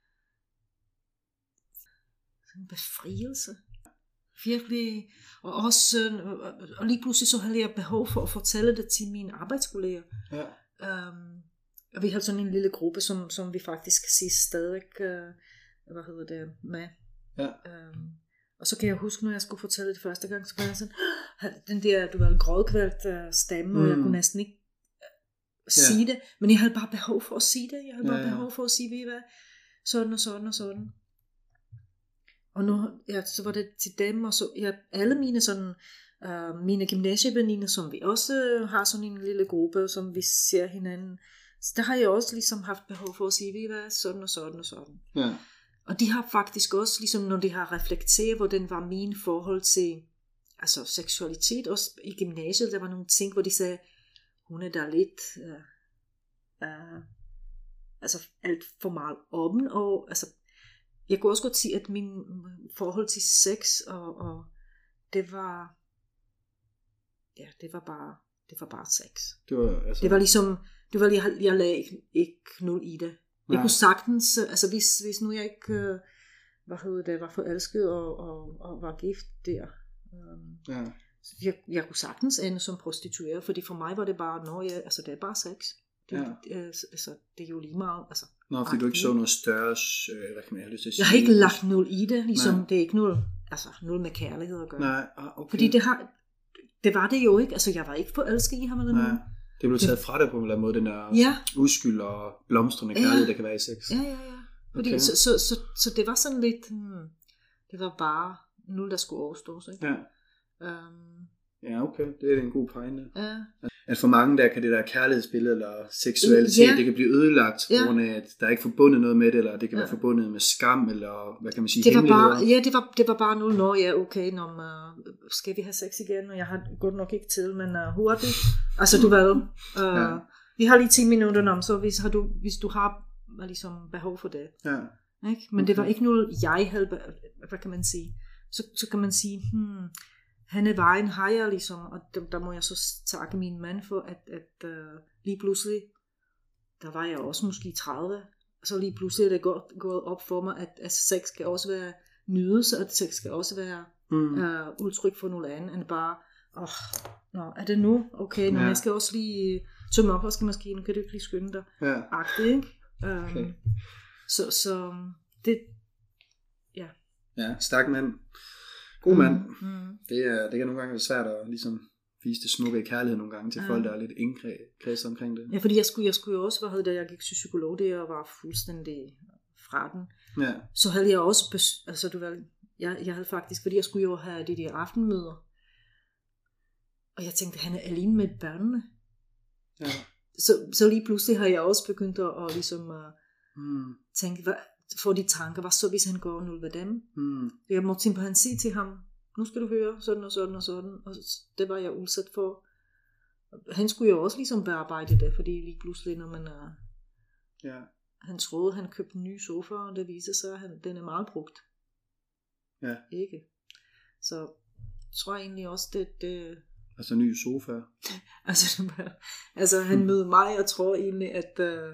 sådan en befrielse. Virkelig. Og også, og lige pludselig så havde jeg behov for at fortælle det til mine arbejdskolleger. Ja. Og vi havde sådan en lille gruppe, som vi faktisk kan sige stadigvæk, med. Ja. Og så kan jeg huske, når jeg skulle fortælle det første gang, så var jeg sådan, den der, grådkvalt stemme, og jeg kunne næsten ikke sige det, men jeg havde bare behov for at sige det. Jeg havde bare behov for at sige, ved I hvad, sådan og sådan og sådan. Og nu, så var det til dem, og så alle mine sådan, mine gymnasieveninder, som vi også har sådan en lille gruppe, som vi ser hinanden, så der har jeg også ligesom haft behov for at sige, ved I hvad, sådan og sådan og sådan. Ja. Og de har faktisk også, ligesom når de har reflekteret, hvordan var min forhold til, altså seksualitet, også i gymnasiet, der var nogle ting, hvor de sagde, hun er der lidt, altså alt for meget åben, og altså, jeg kunne også godt sige, at min forhold til sex, og det var bare sex. Det var ligesom, jeg lagde ikke noget i det. Jeg kunne sagtens, altså hvis nu jeg ikke, var forelsket og var gift der, jeg kunne sagtens ende som prostitueret, fordi for mig var det bare, altså det er bare sex. Det er jo lige meget, altså. Nå, fordi du ikke så noget større, hvad kan man have lyst til at sige? Jeg har ikke lagt noget i det, ligesom det er ikke noget, altså noget med kærlighed at gøre. Nej, okay. Fordi det var det jo ikke, altså jeg var ikke forelsket i ham eller noget. Det blev taget fra dig på en eller anden måde, den der uskyld og blomstrende kærlighed, der kan være i sex. Ja. Fordi okay. Så det var sådan lidt, det var bare noget, der skulle overstås, ikke? Ja. Ja, okay. Det er en god pointe. Ja. At for mange der kan det der kærlighedsbillede eller seksualitet, det kan blive ødelagt på grund af, at der er ikke forbundet noget med det, eller det kan være forbundet med skam, eller hvad kan man sige, hemmeligheder. Det var bare noget, okay, skal vi have sex igen, og jeg har godt nok ikke til, men hurtigt. Altså du ved, vi har lige 10 minutter, så hvis du har ligesom behov for det. Ja. Ikke? Men det var ikke noget, jeg havde, hvad kan man sige, så kan man sige, henne vejen har jeg ligesom, og der må jeg så takke min mand for, at lige pludselig, der var jeg også måske 30, så lige pludselig er det gået op for mig, at sex skal også være nydelse, og sex skal også være udtryk for noget andet, end bare, er det nu? Okay, jeg skal også lige tømme opvaskemaskinen, kan du ikke lige skynde dig? Ja. Agtigt, ikke? Okay. Så det, Ja, stærk mand. God mand. Det kan nogle gange være svært at ligesom vise det smukke i kærlighed nogle gange til folk, der er lidt indkreds omkring det. Ja, fordi jeg skulle jo også, da jeg gik til psykolog, det og var fuldstændig fra den. Ja. Så havde jeg også, jeg havde faktisk, fordi jeg skulle jo have de der aftenmøder, og jeg tænkte, han er alene med børnene. Ja. Så lige pludselig har jeg også begyndt at ligesom tænke, for de tanker, hvad så hvis han går nul ved dem? Jeg måtte simpelthen sige til ham, nu skal du høre sådan og sådan og sådan, og det var jeg udsat for. Han skulle jo også ligesom bearbejde det, fordi lige pludselig, når man han troede, han købte en ny sofa, og det viser sig, at den er meget brugt. Ja. Ikke? Så tror jeg egentlig også, det Altså ny sofa? Altså han mødte mig, jeg tror egentlig, at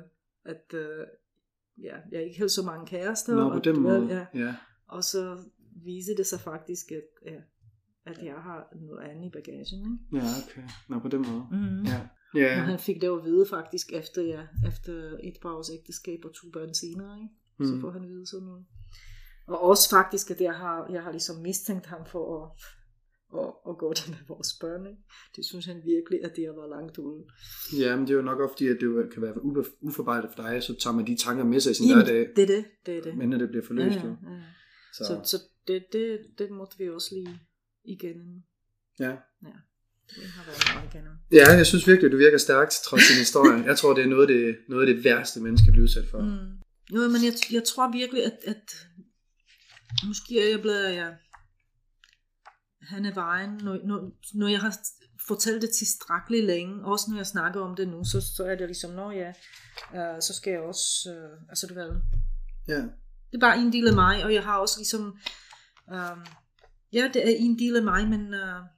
jeg ikke havde så mange kærester. Nå, på den måde. Ja. Og så viser det sig faktisk, at jeg har noget andet i bagagen. Ikke? Ja, okay. Nå, på den måde. Mm-hmm. Ja. Og han fik det at vide faktisk efter et par års ægteskab og 2 børn senere. Ikke? Så får han at vide sådan noget. Og også faktisk, at jeg har ligesom mistænkt ham for at gå det med vores børn. Ikke? Det synes han virkelig, at det har været langt ude. Ja, men det er jo nok ofte, at det kan være uforarbejdet for dig, så tager man de tanker med sig i sin hverdag. Det er det. Men når det bliver forløst. Ja. Så det måtte vi også lige igennem. Ja. Det har været meget igennem. Ja, jeg synes virkelig, at du virker stærkt trods din historie. Jeg tror, det er noget af det værste, mennesker bliver udsat for. Jo, men jeg tror virkelig, at måske er jeg blevet han er vejen, når jeg har fortalt det tilstrækkeligt længe, også når jeg snakker om det nu, så er det ligesom, så skal jeg også, altså du ved, det er bare en del af mig, og jeg har også ligesom, det er en del af mig, men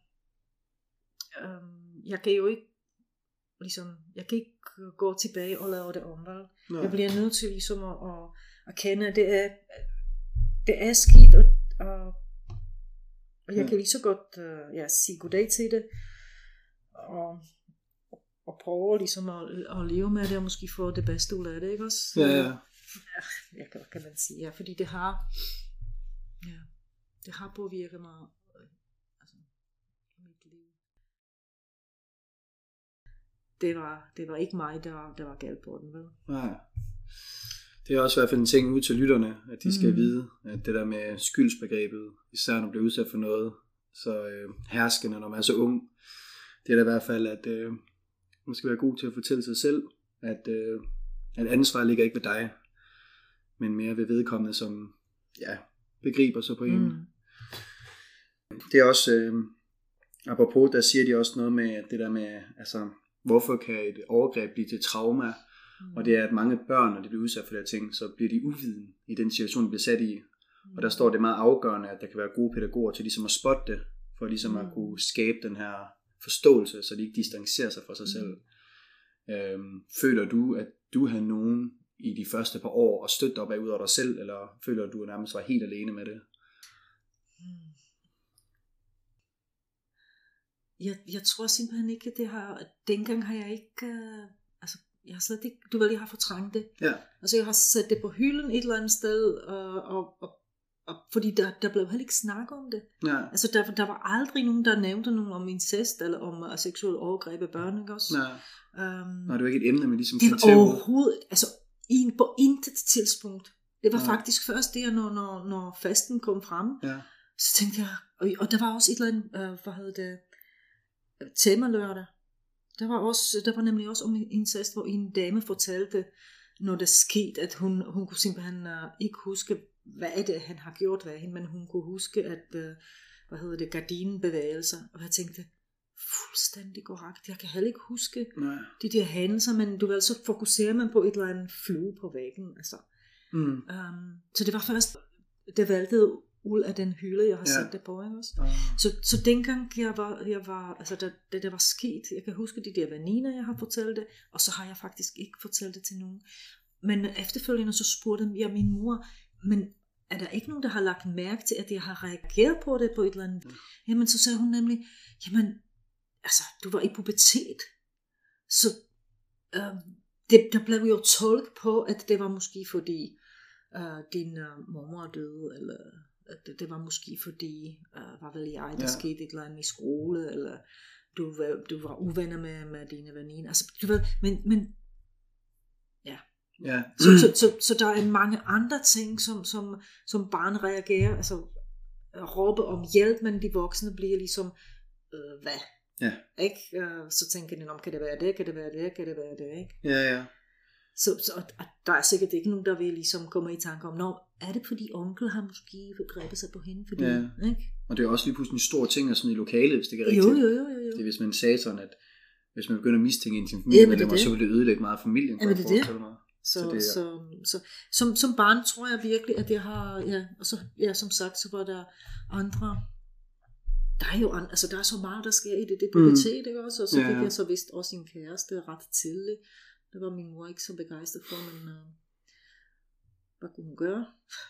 jeg kan jo ikke, ligesom, jeg kan ikke gå tilbage og lave det om, vel? Jeg bliver nødt til ligesom at kende, at det er skidt, og jeg kan lige så godt sige goddag til det, og prøve ligesom at leve med det, og måske få det bedste ud af det, ikke også? Ja. Kan man sige, fordi det har påvirket mig, altså, mit liv. Det var ikke mig, der var galt på den, vel? Nej. Det er også i hvert fald en ting ud til lytterne, at de skal vide, at det der med skyldsbegrebet, især når man bliver udsat for noget, så herskende, når man er så ung, det er da i hvert fald, at man skal være god til at fortælle sig selv, at ansvaret ligger ikke ved dig, men mere ved vedkommende, som begriber sig på en. Det er også, apropos, der siger de også noget med det der med, altså, hvorfor kan et overgreb blive til trauma? Og det er, at mange børn, når de bliver udsat for de her ting, så bliver de uviden i den situation, de bliver sat i. Og der står det meget afgørende, at der kan være gode pædagoger til ligesom at spotte det, for ligesom at kunne skabe den her forståelse, så de ikke distancerer sig fra sig selv. Føler du, at du har nogen i de første par år og støtte op af ud af dig selv, eller føler du nærmest var helt alene med det? Jeg tror simpelthen ikke, at det har, dengang har jeg ikke, jeg har slet ikke, du ved, jeg har fortrængt det. Ja. Altså jeg har sat det på hylden et eller andet sted, og fordi der blev heller ikke snak om det. Ja. Altså der var aldrig nogen, der nævnte nogen om incest, eller om seksuel overgreb af børn, ikke også? Nå, det var ikke et emne, men ligesom det var overhovedet, altså på intet tidspunkt. Det var faktisk først der, når fasten kom frem, så tænkte jeg, og der var også et eller andet, hvad hedder det, temalørdag. Der var nemlig også om incest, hvor en dame fortalte, når det skete, at hun kunne simpelthen ikke huske, hvad er det, han har gjort ved hende, men hun kunne huske, at, gardinen bevægede sig, og jeg tænkte, fuldstændig korrekt, jeg kan heller ikke huske de der hændelser, men du ved, så fokuserer man på et eller andet flue på væggen, altså. Så det var først, det valgte ud af den hylde, jeg har sat det på, ikke også? Så dengang jeg var altså det var sket, jeg kan huske de der veninder, jeg har fortalt det, og så har jeg faktisk ikke fortalt det til nogen. Men efterfølgende så spurgte jeg min mor, men er der ikke nogen, der har lagt mærke til, at jeg har reageret på det på et eller andet? Jamen så sagde hun nemlig, jamen, altså, du var i pubertet. Så der blev jo tolket på, at det var måske fordi din mormor døde, eller det var måske fordi, hvad ved jeg, der skete et eller andet i skole, eller du var uvenner med dine veninder. Altså, du ved, men ja. Så der er mange andre ting, som barn reagerer, altså råbe om hjælp, men de voksne bliver ligesom, hvad? Ja. Ikke? Så tænker de, kan det være det, kan det være det, kan det være det, ikke? Ja. Så der er sikkert ikke nogen, der vil ligesom komme i tanke om, er det fordi onkel har måske forgrebet sig på hende? Fordi, ikke? Og det er også lige pludselig en stor ting, sådan i lokalet, hvis det ikke er rigtigt. Jo. Det er, hvis man sagde sådan, at hvis man begynder at mistænke en sin familiemedlemmer, så vil det ødelægge meget af familien. Ja, det er det. Så som barn tror jeg virkelig, at jeg har, og så, som sagt, så var der andre der er jo der er så meget, der sker i det pubertet, ikke også? Og så fik jeg så vist også en kæreste ret tidligt. Det var min mor ikke så begejstret for, men hvad kunne hun gøre?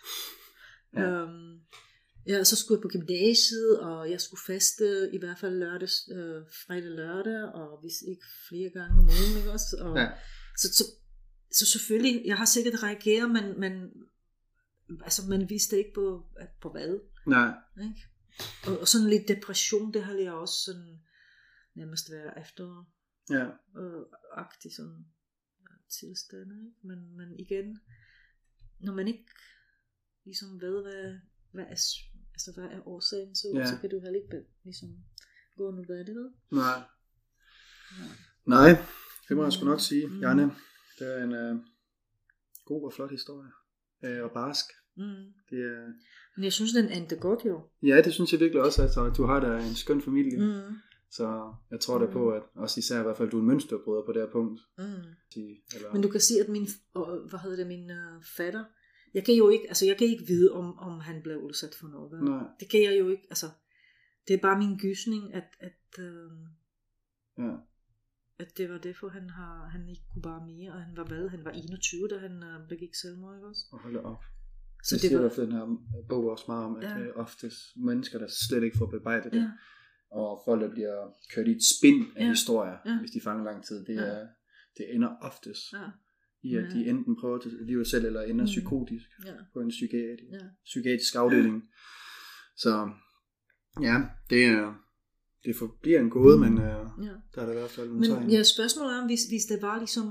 Så skulle jeg på gymnasiet, og jeg skulle faste i hvert fald fredag lørdag, og hvis ikke flere gange om ugen, ikke også? Og, så selvfølgelig, jeg har sikkert reageret, men altså man vidste ikke på hvad. Nej. Ikke? Og sådan lidt depression, det har jeg også sådan nærmest været efter agtig sådan tilstand, ikke? Men igen, når man ikke ligesom ved hvad er årsagen, så kan du heller ikke ligesom gå nu hvad det ved. Nej, det må jeg sgu nok sige. Janne, det er en god og flot historie. Og barsk. Det er... Men jeg synes, den endte godt jo. Ja, det synes jeg virkelig også, at du har da en skøn familie. Så jeg tror da på, at også især i hvert fald, du er en mønsterbryder på det her punkt. Eller... Men du kan sige, at min fatter, jeg kan ikke vide, om han blev udsat for noget. Nej. Det kan jeg jo ikke, altså, det er bare min gysning, at det var derfor, han ikke kunne bare mere, og han var 21, da han begik selvmord, ikke også? Og holde op. Så det siger i hvert fald den her bog også meget om, at oftest mennesker, der slet ikke får bearbejdet det, og folk, der bliver kørt i et spind af historier, hvis de fanger lang tid, det ender oftest i, at de enten prøver til livet selv, eller ender psykotisk på en psykiatrisk afdeling. Så ja, det bliver en gåde, men der er der i hvert fald nogle tegn. Men spørgsmålet er, hvis det var ligesom,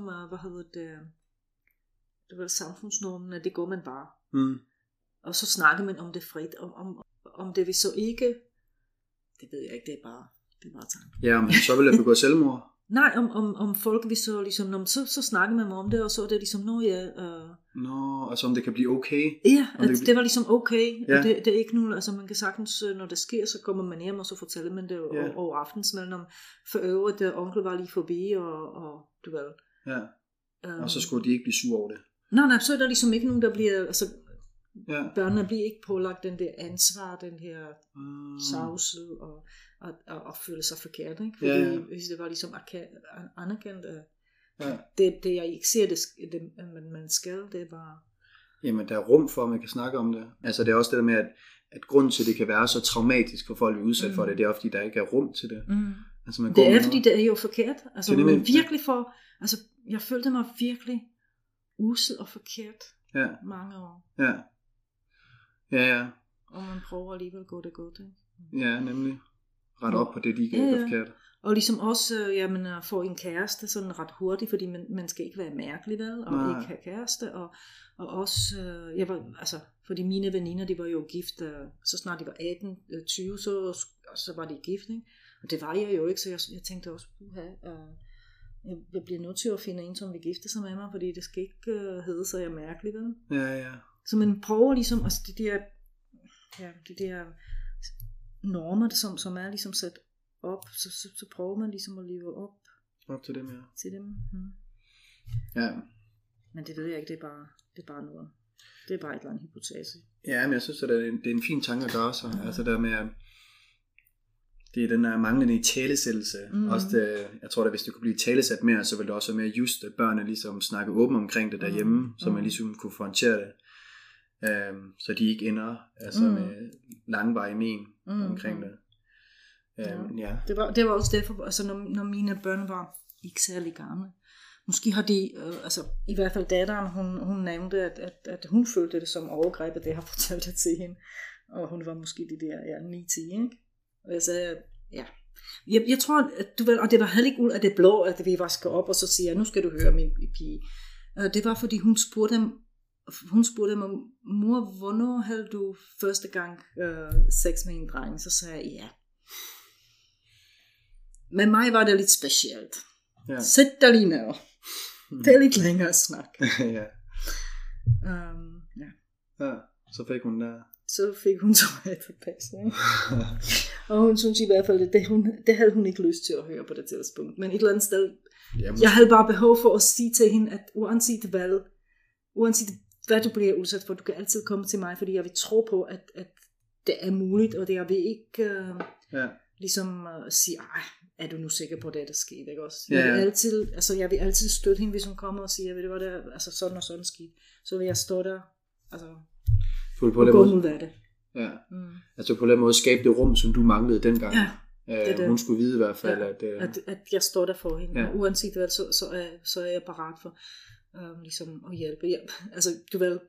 det var samfundsnormen, at det går man bare. Og så snakker man om det frit, om det vil så ikke, det ved jeg ikke, det er bare tanke. Ja, men så vil jeg begå selvmord. Nej, om folk vil så ligesom, så snakker man om det, og så er det ligesom, altså om det kan blive okay. Ja, det var ligesom okay, og det er ikke nu, altså man kan sagtens, når det sker, så kommer man hjem, og så fortæller man det over aftensmaden, om for øvrigt, onkel var lige forbi, og du ved. Ja, og så skulle de ikke blive sur over det. Nej, så er der ligesom ikke nogen, der bliver, altså, børnene bliver ikke pålagt den der ansvar, den her savsel, og føle sig forkert, ikke? Fordi hvis det var ligesom anerkendt, det jeg ikke ser, det man skal, det er bare... Jamen, der er rum for, at man kan snakke om det. Altså, det er også det der med, at grunden til, at det kan være så traumatisk for folk, der er udsat for det, det er ofte, fordi der ikke er rum til det. Altså, det er, fordi det er jo forkert. Altså, man virkelig altså, jeg følte mig virkelig usel og forkert mange år. Ja. Og man prøver alligevel at gå det godt, ikke? Ja, nemlig. Ret op på det, de ikke er forkert. Og ligesom også, få en kæreste sådan ret hurtigt, fordi man skal ikke være mærkelig, vel? Og ikke have kæreste. Og også, jeg var, altså, fordi mine veninder, de var jo gift, så snart de var 18-20, så var de gift, ikke? Og det var jeg jo ikke, så jeg tænkte også, jeg bliver nødt til at finde en, som vil gifte sig med mig, fordi det skal ikke hedde sig, jeg er mærkelig, vel? Ja. Så man prøver ligesom, altså de der normer, som er ligesom sat op, så prøver man ligesom at leve op til dem, til dem. Ja. Men det ved jeg ikke, det er bare noget. Det er bare et eller andet hypotese. Ja, men jeg synes, at det er en fin tanke at gøre sig. Altså der med, det er den der manglende i talesættelse. Også det, jeg tror, at hvis det kunne blive talesat mere, så ville det også være mere just, at børnene ligesom snakke åbent omkring det derhjemme, så man ligesom kunne få håndtere det. Så de ikke ender med langvarige men omkring det. Det var også derfor, altså når mine børn var ikke særlig gamle, måske har de, i hvert fald datteren, hun nævnte, at hun følte det som overgreb, at det har fortalt det til hende, og hun var måske de der 9-10, ikke? Og jeg sagde, jeg tror, at du ved, og det var heller ikke ud af det blå, at vi vasker op, og så siger jeg, nu skal du høre min pige. Det var fordi hun spurgte mig, mor, hvornår havde du første gang sex med en dreng? Så sagde jeg, ja. Men mig var det lidt specielt. Ja. Sæt dig lige ned. Det er lidt længere snak. Ja. Så fik hun der. Så fik hun så et pas. Og hun synes i hvert fald, det havde hun ikke lyst til at høre på det tidspunkt. Men et eller andet sted, jeg havde bare behov for at sige til hende, at uanset hvad du bliver udsat for, du kan altid komme til mig, fordi jeg vil tro på, at det er muligt, og det jeg vil ikke ligesom sige, er du nu sikker på det, der skete, ikke også? Jeg vil altid støtte hende, hvis hun kommer og siger, ved du hvad der, altså sådan og sådan skete. Så vil jeg stå der, altså, og gå ud af det. Ja, altså på den måde skabe det rum, som du manglede dengang. Det. Hun skulle vide i hvert fald, at jeg står der for hende, og uanset hvad, så er jeg parat for ligesom at hjælpe. Altså, du ved,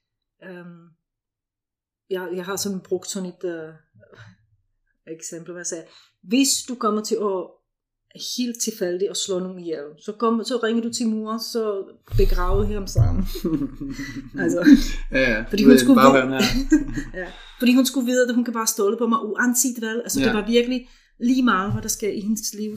jeg har sådan brugt sådan et eksempel, hvor jeg sagde, hvis du kommer til at helt tilfældigt at slå nogen ihjel, så ringer du til mor, så begraver vi ham sammen. Altså, fordi hun skulle fordi hun skulle vide, at hun kan bare stole på mig, uanset hvad. Altså, det var virkelig lige meget, hvad der sker i hendes liv,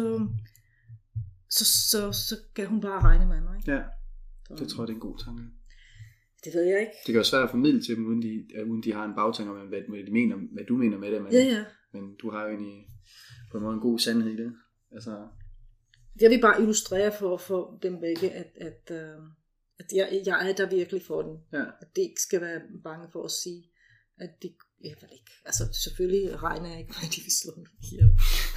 så kan hun bare regne med mig. Ikke? Ja, det tror jeg, det er en god tanke. Det ved jeg ikke. Det kan være svært at formidle til dem, uden de har en bagtanke om, hvad de mener, hvad du mener med det. Men du har jo egentlig på en måde en god sandhed i det. Altså... Jeg vil bare illustrere for dem begge, at jeg er der virkelig for dem. Ja. At de ikke skal være bange for at sige, at de... Jeg ved ikke. Altså selvfølgelig regner jeg ikke med, at de vil slå mig ihjel.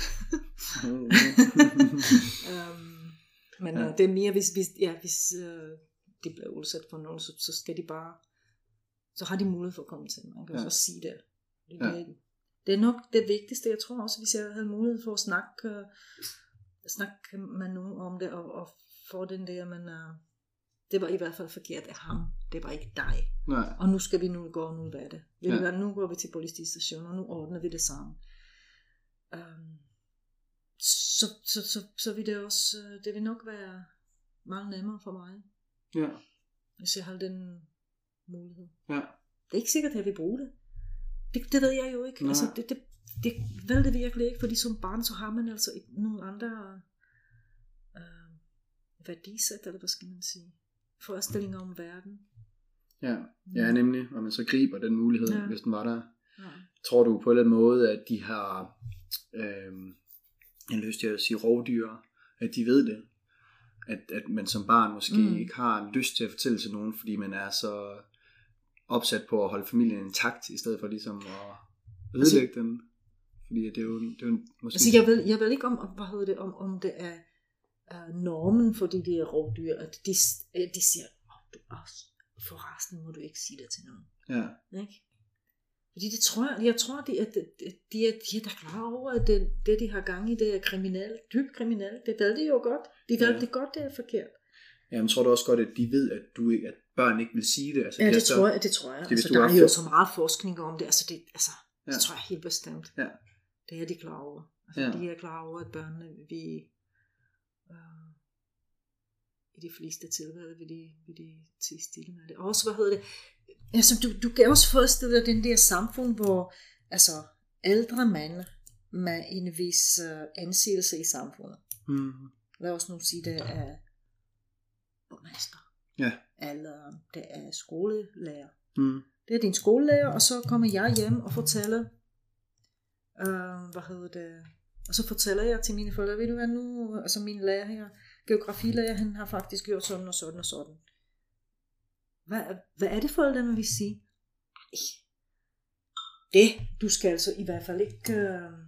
Men det er mere, hvis de bliver udsat for noget, så skal de bare, så har de mulighed for at komme til mig, og så sige det. Det er nok det vigtigste, jeg tror også, hvis jeg havde mulighed for at snakke med nogen om det, og få den der, men det var i hvert fald forkert af ham, det var ikke dig. Nej. Og nu skal vi nu gå ud af det. Nu går vi til politistationen, og nu ordner vi det sammen. Så vil det også, det vil nok være meget nemmere for mig. Ja. Hvis jeg har den mulighed. Ja. Det er ikke sikkert, at jeg vil bruge det. Det ved jeg jo ikke. Altså, det vil det virkelig ikke, fordi som barn, så har man altså nogle andre værdisæt, eller hvad skal man sige, forestillinger om verden. Ja, nemlig, og man så griber den mulighed, hvis den var der. Ja. Tror du på en eller anden måde, at de har en lyst til at sige rovdyr, at de ved det? At man som barn måske ikke har lyst til at fortælle til nogen, fordi man er så opsat på at holde familien intakt, i stedet for ligesom at ødelægge den. Fordi det er jo måske... Altså jeg ved ikke om det er normen, fordi det er rovdyr, at de siger, forresten må du ikke sige det til nogen. Ja. Ikke? Fordi jeg tror, at de er da klar over, at det de har gang i, det er kriminelt, dybt kriminelt. Det ved de jo godt. De ved det godt, det er forkert. Jamen tror du også godt, at de ved, at børn ikke vil sige det? Altså, det tror jeg. Altså, der er jo så meget forskning om det. Altså, det tror jeg helt bestemt. Ja. Det er de klar over. Altså, de er klar over, at børnene i de fleste tilfælde vil de tige stille med det. Og også, altså, du kan også forestille dig den der samfund, hvor altså, ældre mænd med en vis anseelse i samfundet. Lad os nu sige, det er borgmester. Ja. Eller det er skolelærer. Det er din skolelærer, og så kommer jeg hjem og fortæller, og så fortæller jeg til mine forældre, ved du hvad nu, altså min lærer her, geografilærer, han har faktisk gjort sådan og sådan og sådan. Hvad er det forældrene vil sige? Du skal altså i hvert fald ikke,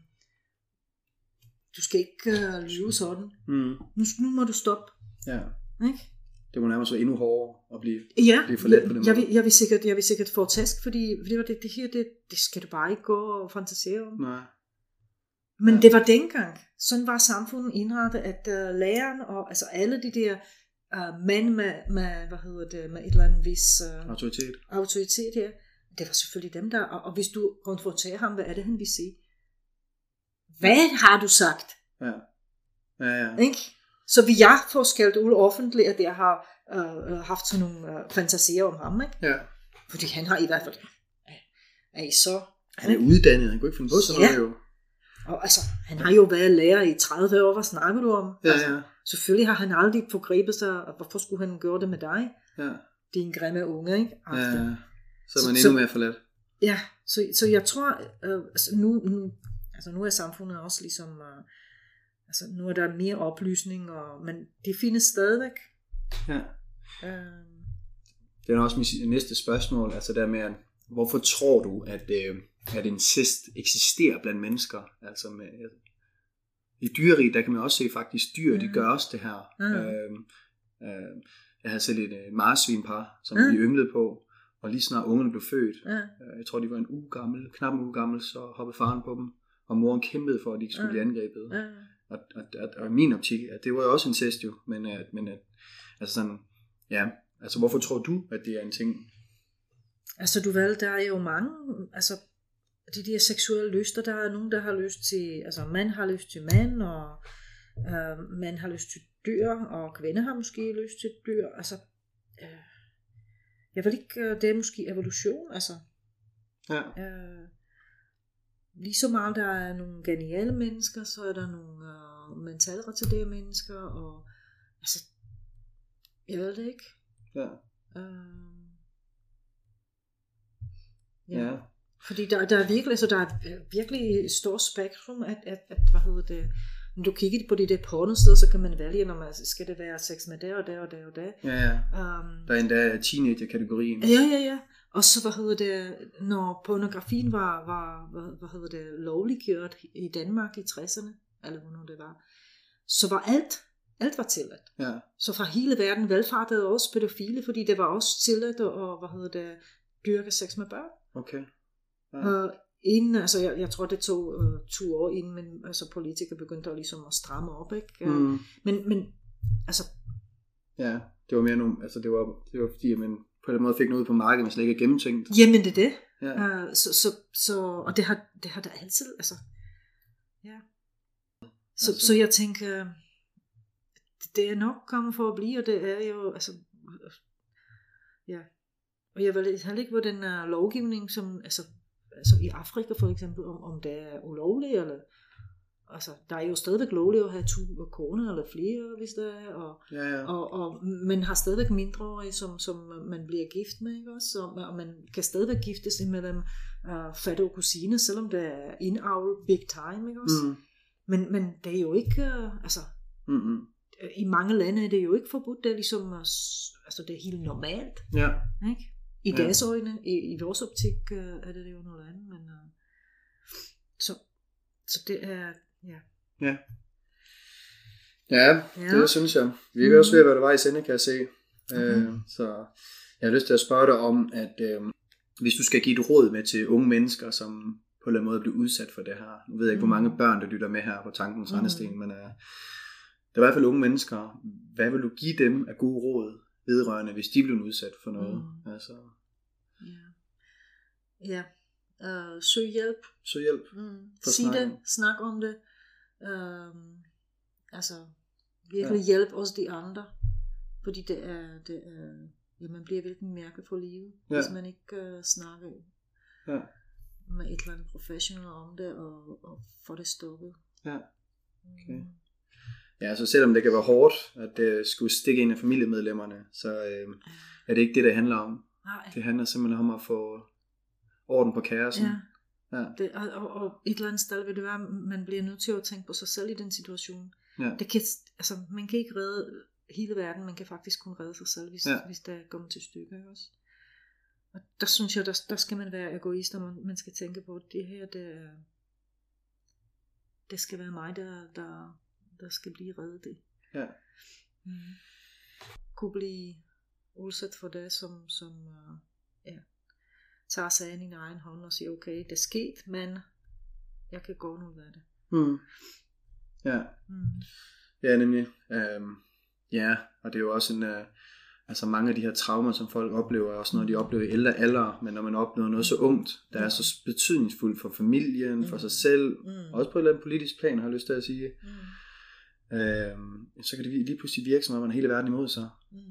du skal ikke lyve sådan. Nu må du stoppe. Ja. Ikke? Det må nærmest være endnu hårdere at blive forladt på den måde. Jeg vil sikkert få tæsk, fordi det her, det skal du bare ikke gå og fantasere om. Nej. Men det var dengang. Sådan var samfundet indrettet, at læreren og altså alle de der mænd med et eller andet vis autoritet her, det var selvfølgelig dem der. Og hvis du konfronterer ham, hvad er det han vil sige? Hvad har du sagt? Ja. Ikke? Så vil jeg få skældt ud offentligt, at jeg har haft sådan nogle fantasier om ham, ikke? Ja. Fordi han har i hvert fald han er uddannet, han kunne ikke finde på sådan noget jo. Og altså, han har jo været lærer i 30 år, hvad snakker du om? Ja, altså, selvfølgelig har han aldrig forgrebet sig, og hvorfor skulle han gøre det med dig? Ja. Din grimme unge, ikke? Ja. Så er man endnu mere forladt. Ja, så jeg tror, nu er samfundet også ligesom, altså nu er der mere oplysning, men det findes stadigvæk. Ja. Det er også mit næste spørgsmål, altså der med, hvorfor tror du, at at incest eksisterer blandt mennesker. Altså i dyreriget, der kan man også se faktisk dyr, de gør også det her. Jeg havde selv et marsvinpar, som vi ynglede på, og lige snart ungerne blev født, jeg tror de var knap en uge gammel, så hoppede faren på dem, og moren kæmpede for, at de ikke skulle blive angrebet. Og i min optik, at det var jo også incest jo, men altså sådan, ja, altså hvorfor tror du, at det er en ting? Altså der er jo mange, altså de der seksuelle lyster, der er nogen, der har lyst til, altså mand har lyst til mand, og mand har lyst til dyr, og kvinder har måske lyst til dyr, altså, jeg vil ikke, det er måske evolution, altså, lige så meget der er nogle geniale mennesker, så er der nogle mentalt retarderede mennesker, og, altså, jeg ved det ikke. Ja. Fordi der er virkelig, så der er virkelig et stort spektrum, at hvad hedder det, når du kigger på de der pornosider, så kan man vælge, når man skal det være sex med der og der og der og der. Ja. Der er endda teenager-kategorien. Ja. Og så, hvad hedder det, når pornografien var lovliggjort i Danmark i 60'erne, eller hvornår det var, så var alt var tilladt. Ja. Så fra hele verden velfartede også pædofile, fordi det var også tilladt at dyrke sex med børn. Okay. Inden, altså jeg tror det tog 2 år inden, men altså politikere begyndte at ligesom at stramme op, ikke? Men altså det var mere nogle, altså det var fordi at man på den måde fik noget på markedet, man slet ikke er gennemtænkt. Jamen det er det. Så og det har der altid, altså så jeg tænker, det er nok kommet for at blive, og det er jo altså og jeg ved heller ikke, hvor den lovgivning, som altså i Afrika for eksempel, om det er ulovligt, eller altså, der er jo stadigvæk lovligt at have 2 koner eller flere, hvis det er, og man har stadigvæk mindreårige, som man bliver gift med, ikke også, og man kan stadigvæk giftes imellem fætter og kusiner, selvom det er indavl big time, ikke også, men det er jo ikke, altså, i mange lande er det jo ikke forbudt, det er ligesom, altså det er helt normalt, ikke? I deres øjne, i vores optik er det jo noget andet, men så det er, det synes jeg. Vi er også ved at være der var i sende, kan jeg se. Så jeg har lyst til at spørge dig om, at hvis du skal give et råd med til unge mennesker, som på en eller anden måde bliver udsat for det her. Nu ved jeg ikke, hvor mange børn, der lytter med her på Tankens Rendesten, men der er i hvert fald unge mennesker. Hvad vil du give dem af gode råd vedrørende, hvis de bliver udsat for noget? Altså. Søg hjælp. Sig det, snak om det. Altså virkelig hjælp også de andre, fordi det er man bliver virkelig mærket for livet, hvis man ikke snakker med et eller andet professional om det og får det stoppet. Okay. Ja, så selvom det kan være hårdt, at det skulle stikke ind af familiemedlemmerne, så er det ikke det handler om. Nej. Det handler simpelthen om at få orden på kaosen. Det, og et eller andet sted vil det være, man bliver nødt til at tænke på sig selv i den situation. Det kan, altså, man kan ikke redde hele verden, man kan faktisk kun redde sig selv, hvis det kommer til stykker også. Og der synes jeg, der skal man være egoist, og man skal tænke på, at det her, det skal være mig, der skal blive reddet det. Kunne blive udsat for det, som tager sagen i egen hånd og siger, okay, det er sket, men jeg kan gå nu af det. Ja, nemlig. Og det er jo også altså mange af de her traumer, som folk oplever, er også noget, de oplever i ældre alder, men når man oplever noget så ungt, der er så betydningsfuldt for familien, for sig selv, også på et eller andet politisk plan, har jeg lyst til at sige, så kan det lige pludselig virke, som om man har hele verden imod sig.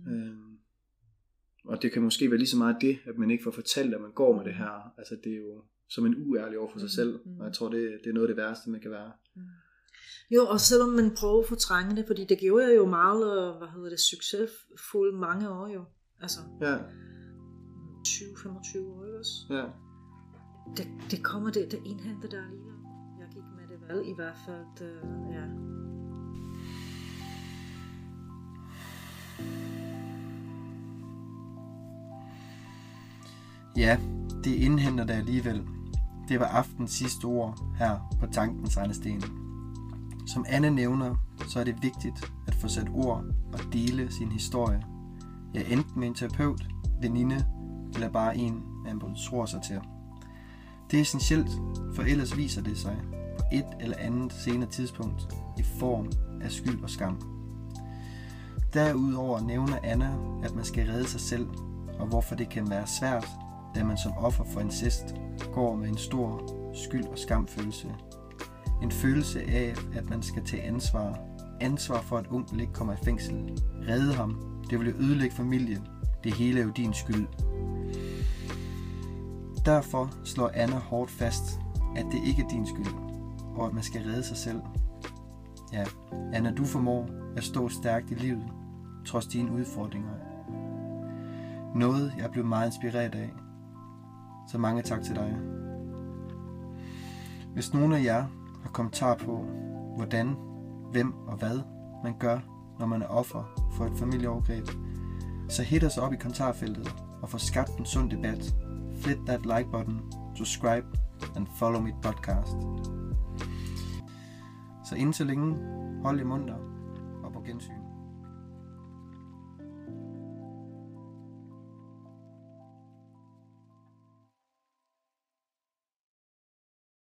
Og det kan måske være lige så meget det, at man ikke får fortalt, at man går med det her. Altså det er jo som en uærlig over for sig selv, og jeg tror, det er noget af det værste, man kan være. Jo, og selvom man prøver at fortrænge det, fordi det gjorde jeg jo meget, succesfuldt mange år jo. Altså 20-25 år også. Det kommer, det indhenter der alligevel. Jeg gik med det vel, i hvert fald, Ja, det indhenter det alligevel. Det var aftens sidste ord her på Tankens Rendesten. Som Anna nævner, så er det vigtigt at få sat ord og dele sin historie. Ja, enten med en terapeut, veninde eller bare en, man tror sig til. Det er essentielt, for ellers viser det sig på et eller andet senere tidspunkt i form af skyld og skam. Derudover nævner Anna, at man skal redde sig selv, og hvorfor det kan være svært, da man som offer for incest går med en stor skyld- og skamfølelse. En følelse af, at man skal tage ansvar. Ansvar for, at onkel ikke kommer i fængsel. Redde ham. Det vil jo ødelægge familien. Det hele er jo din skyld. Derfor slår Anna hårdt fast, at det ikke er din skyld, og at man skal redde sig selv. Ja, Anna, du formår at stå stærkt i livet, trods dine udfordringer. Noget, jeg blev meget inspireret af. Så mange tak til dig. Hvis nogen af jer har kommentar på, hvordan, hvem og hvad man gør, når man er offer for et familieovergreb, så hit os op i kommentarfeltet og få skabt en sund debat. Hit that like button, subscribe and follow mit podcast. Så indtil længe, hold i munter og på gensyn.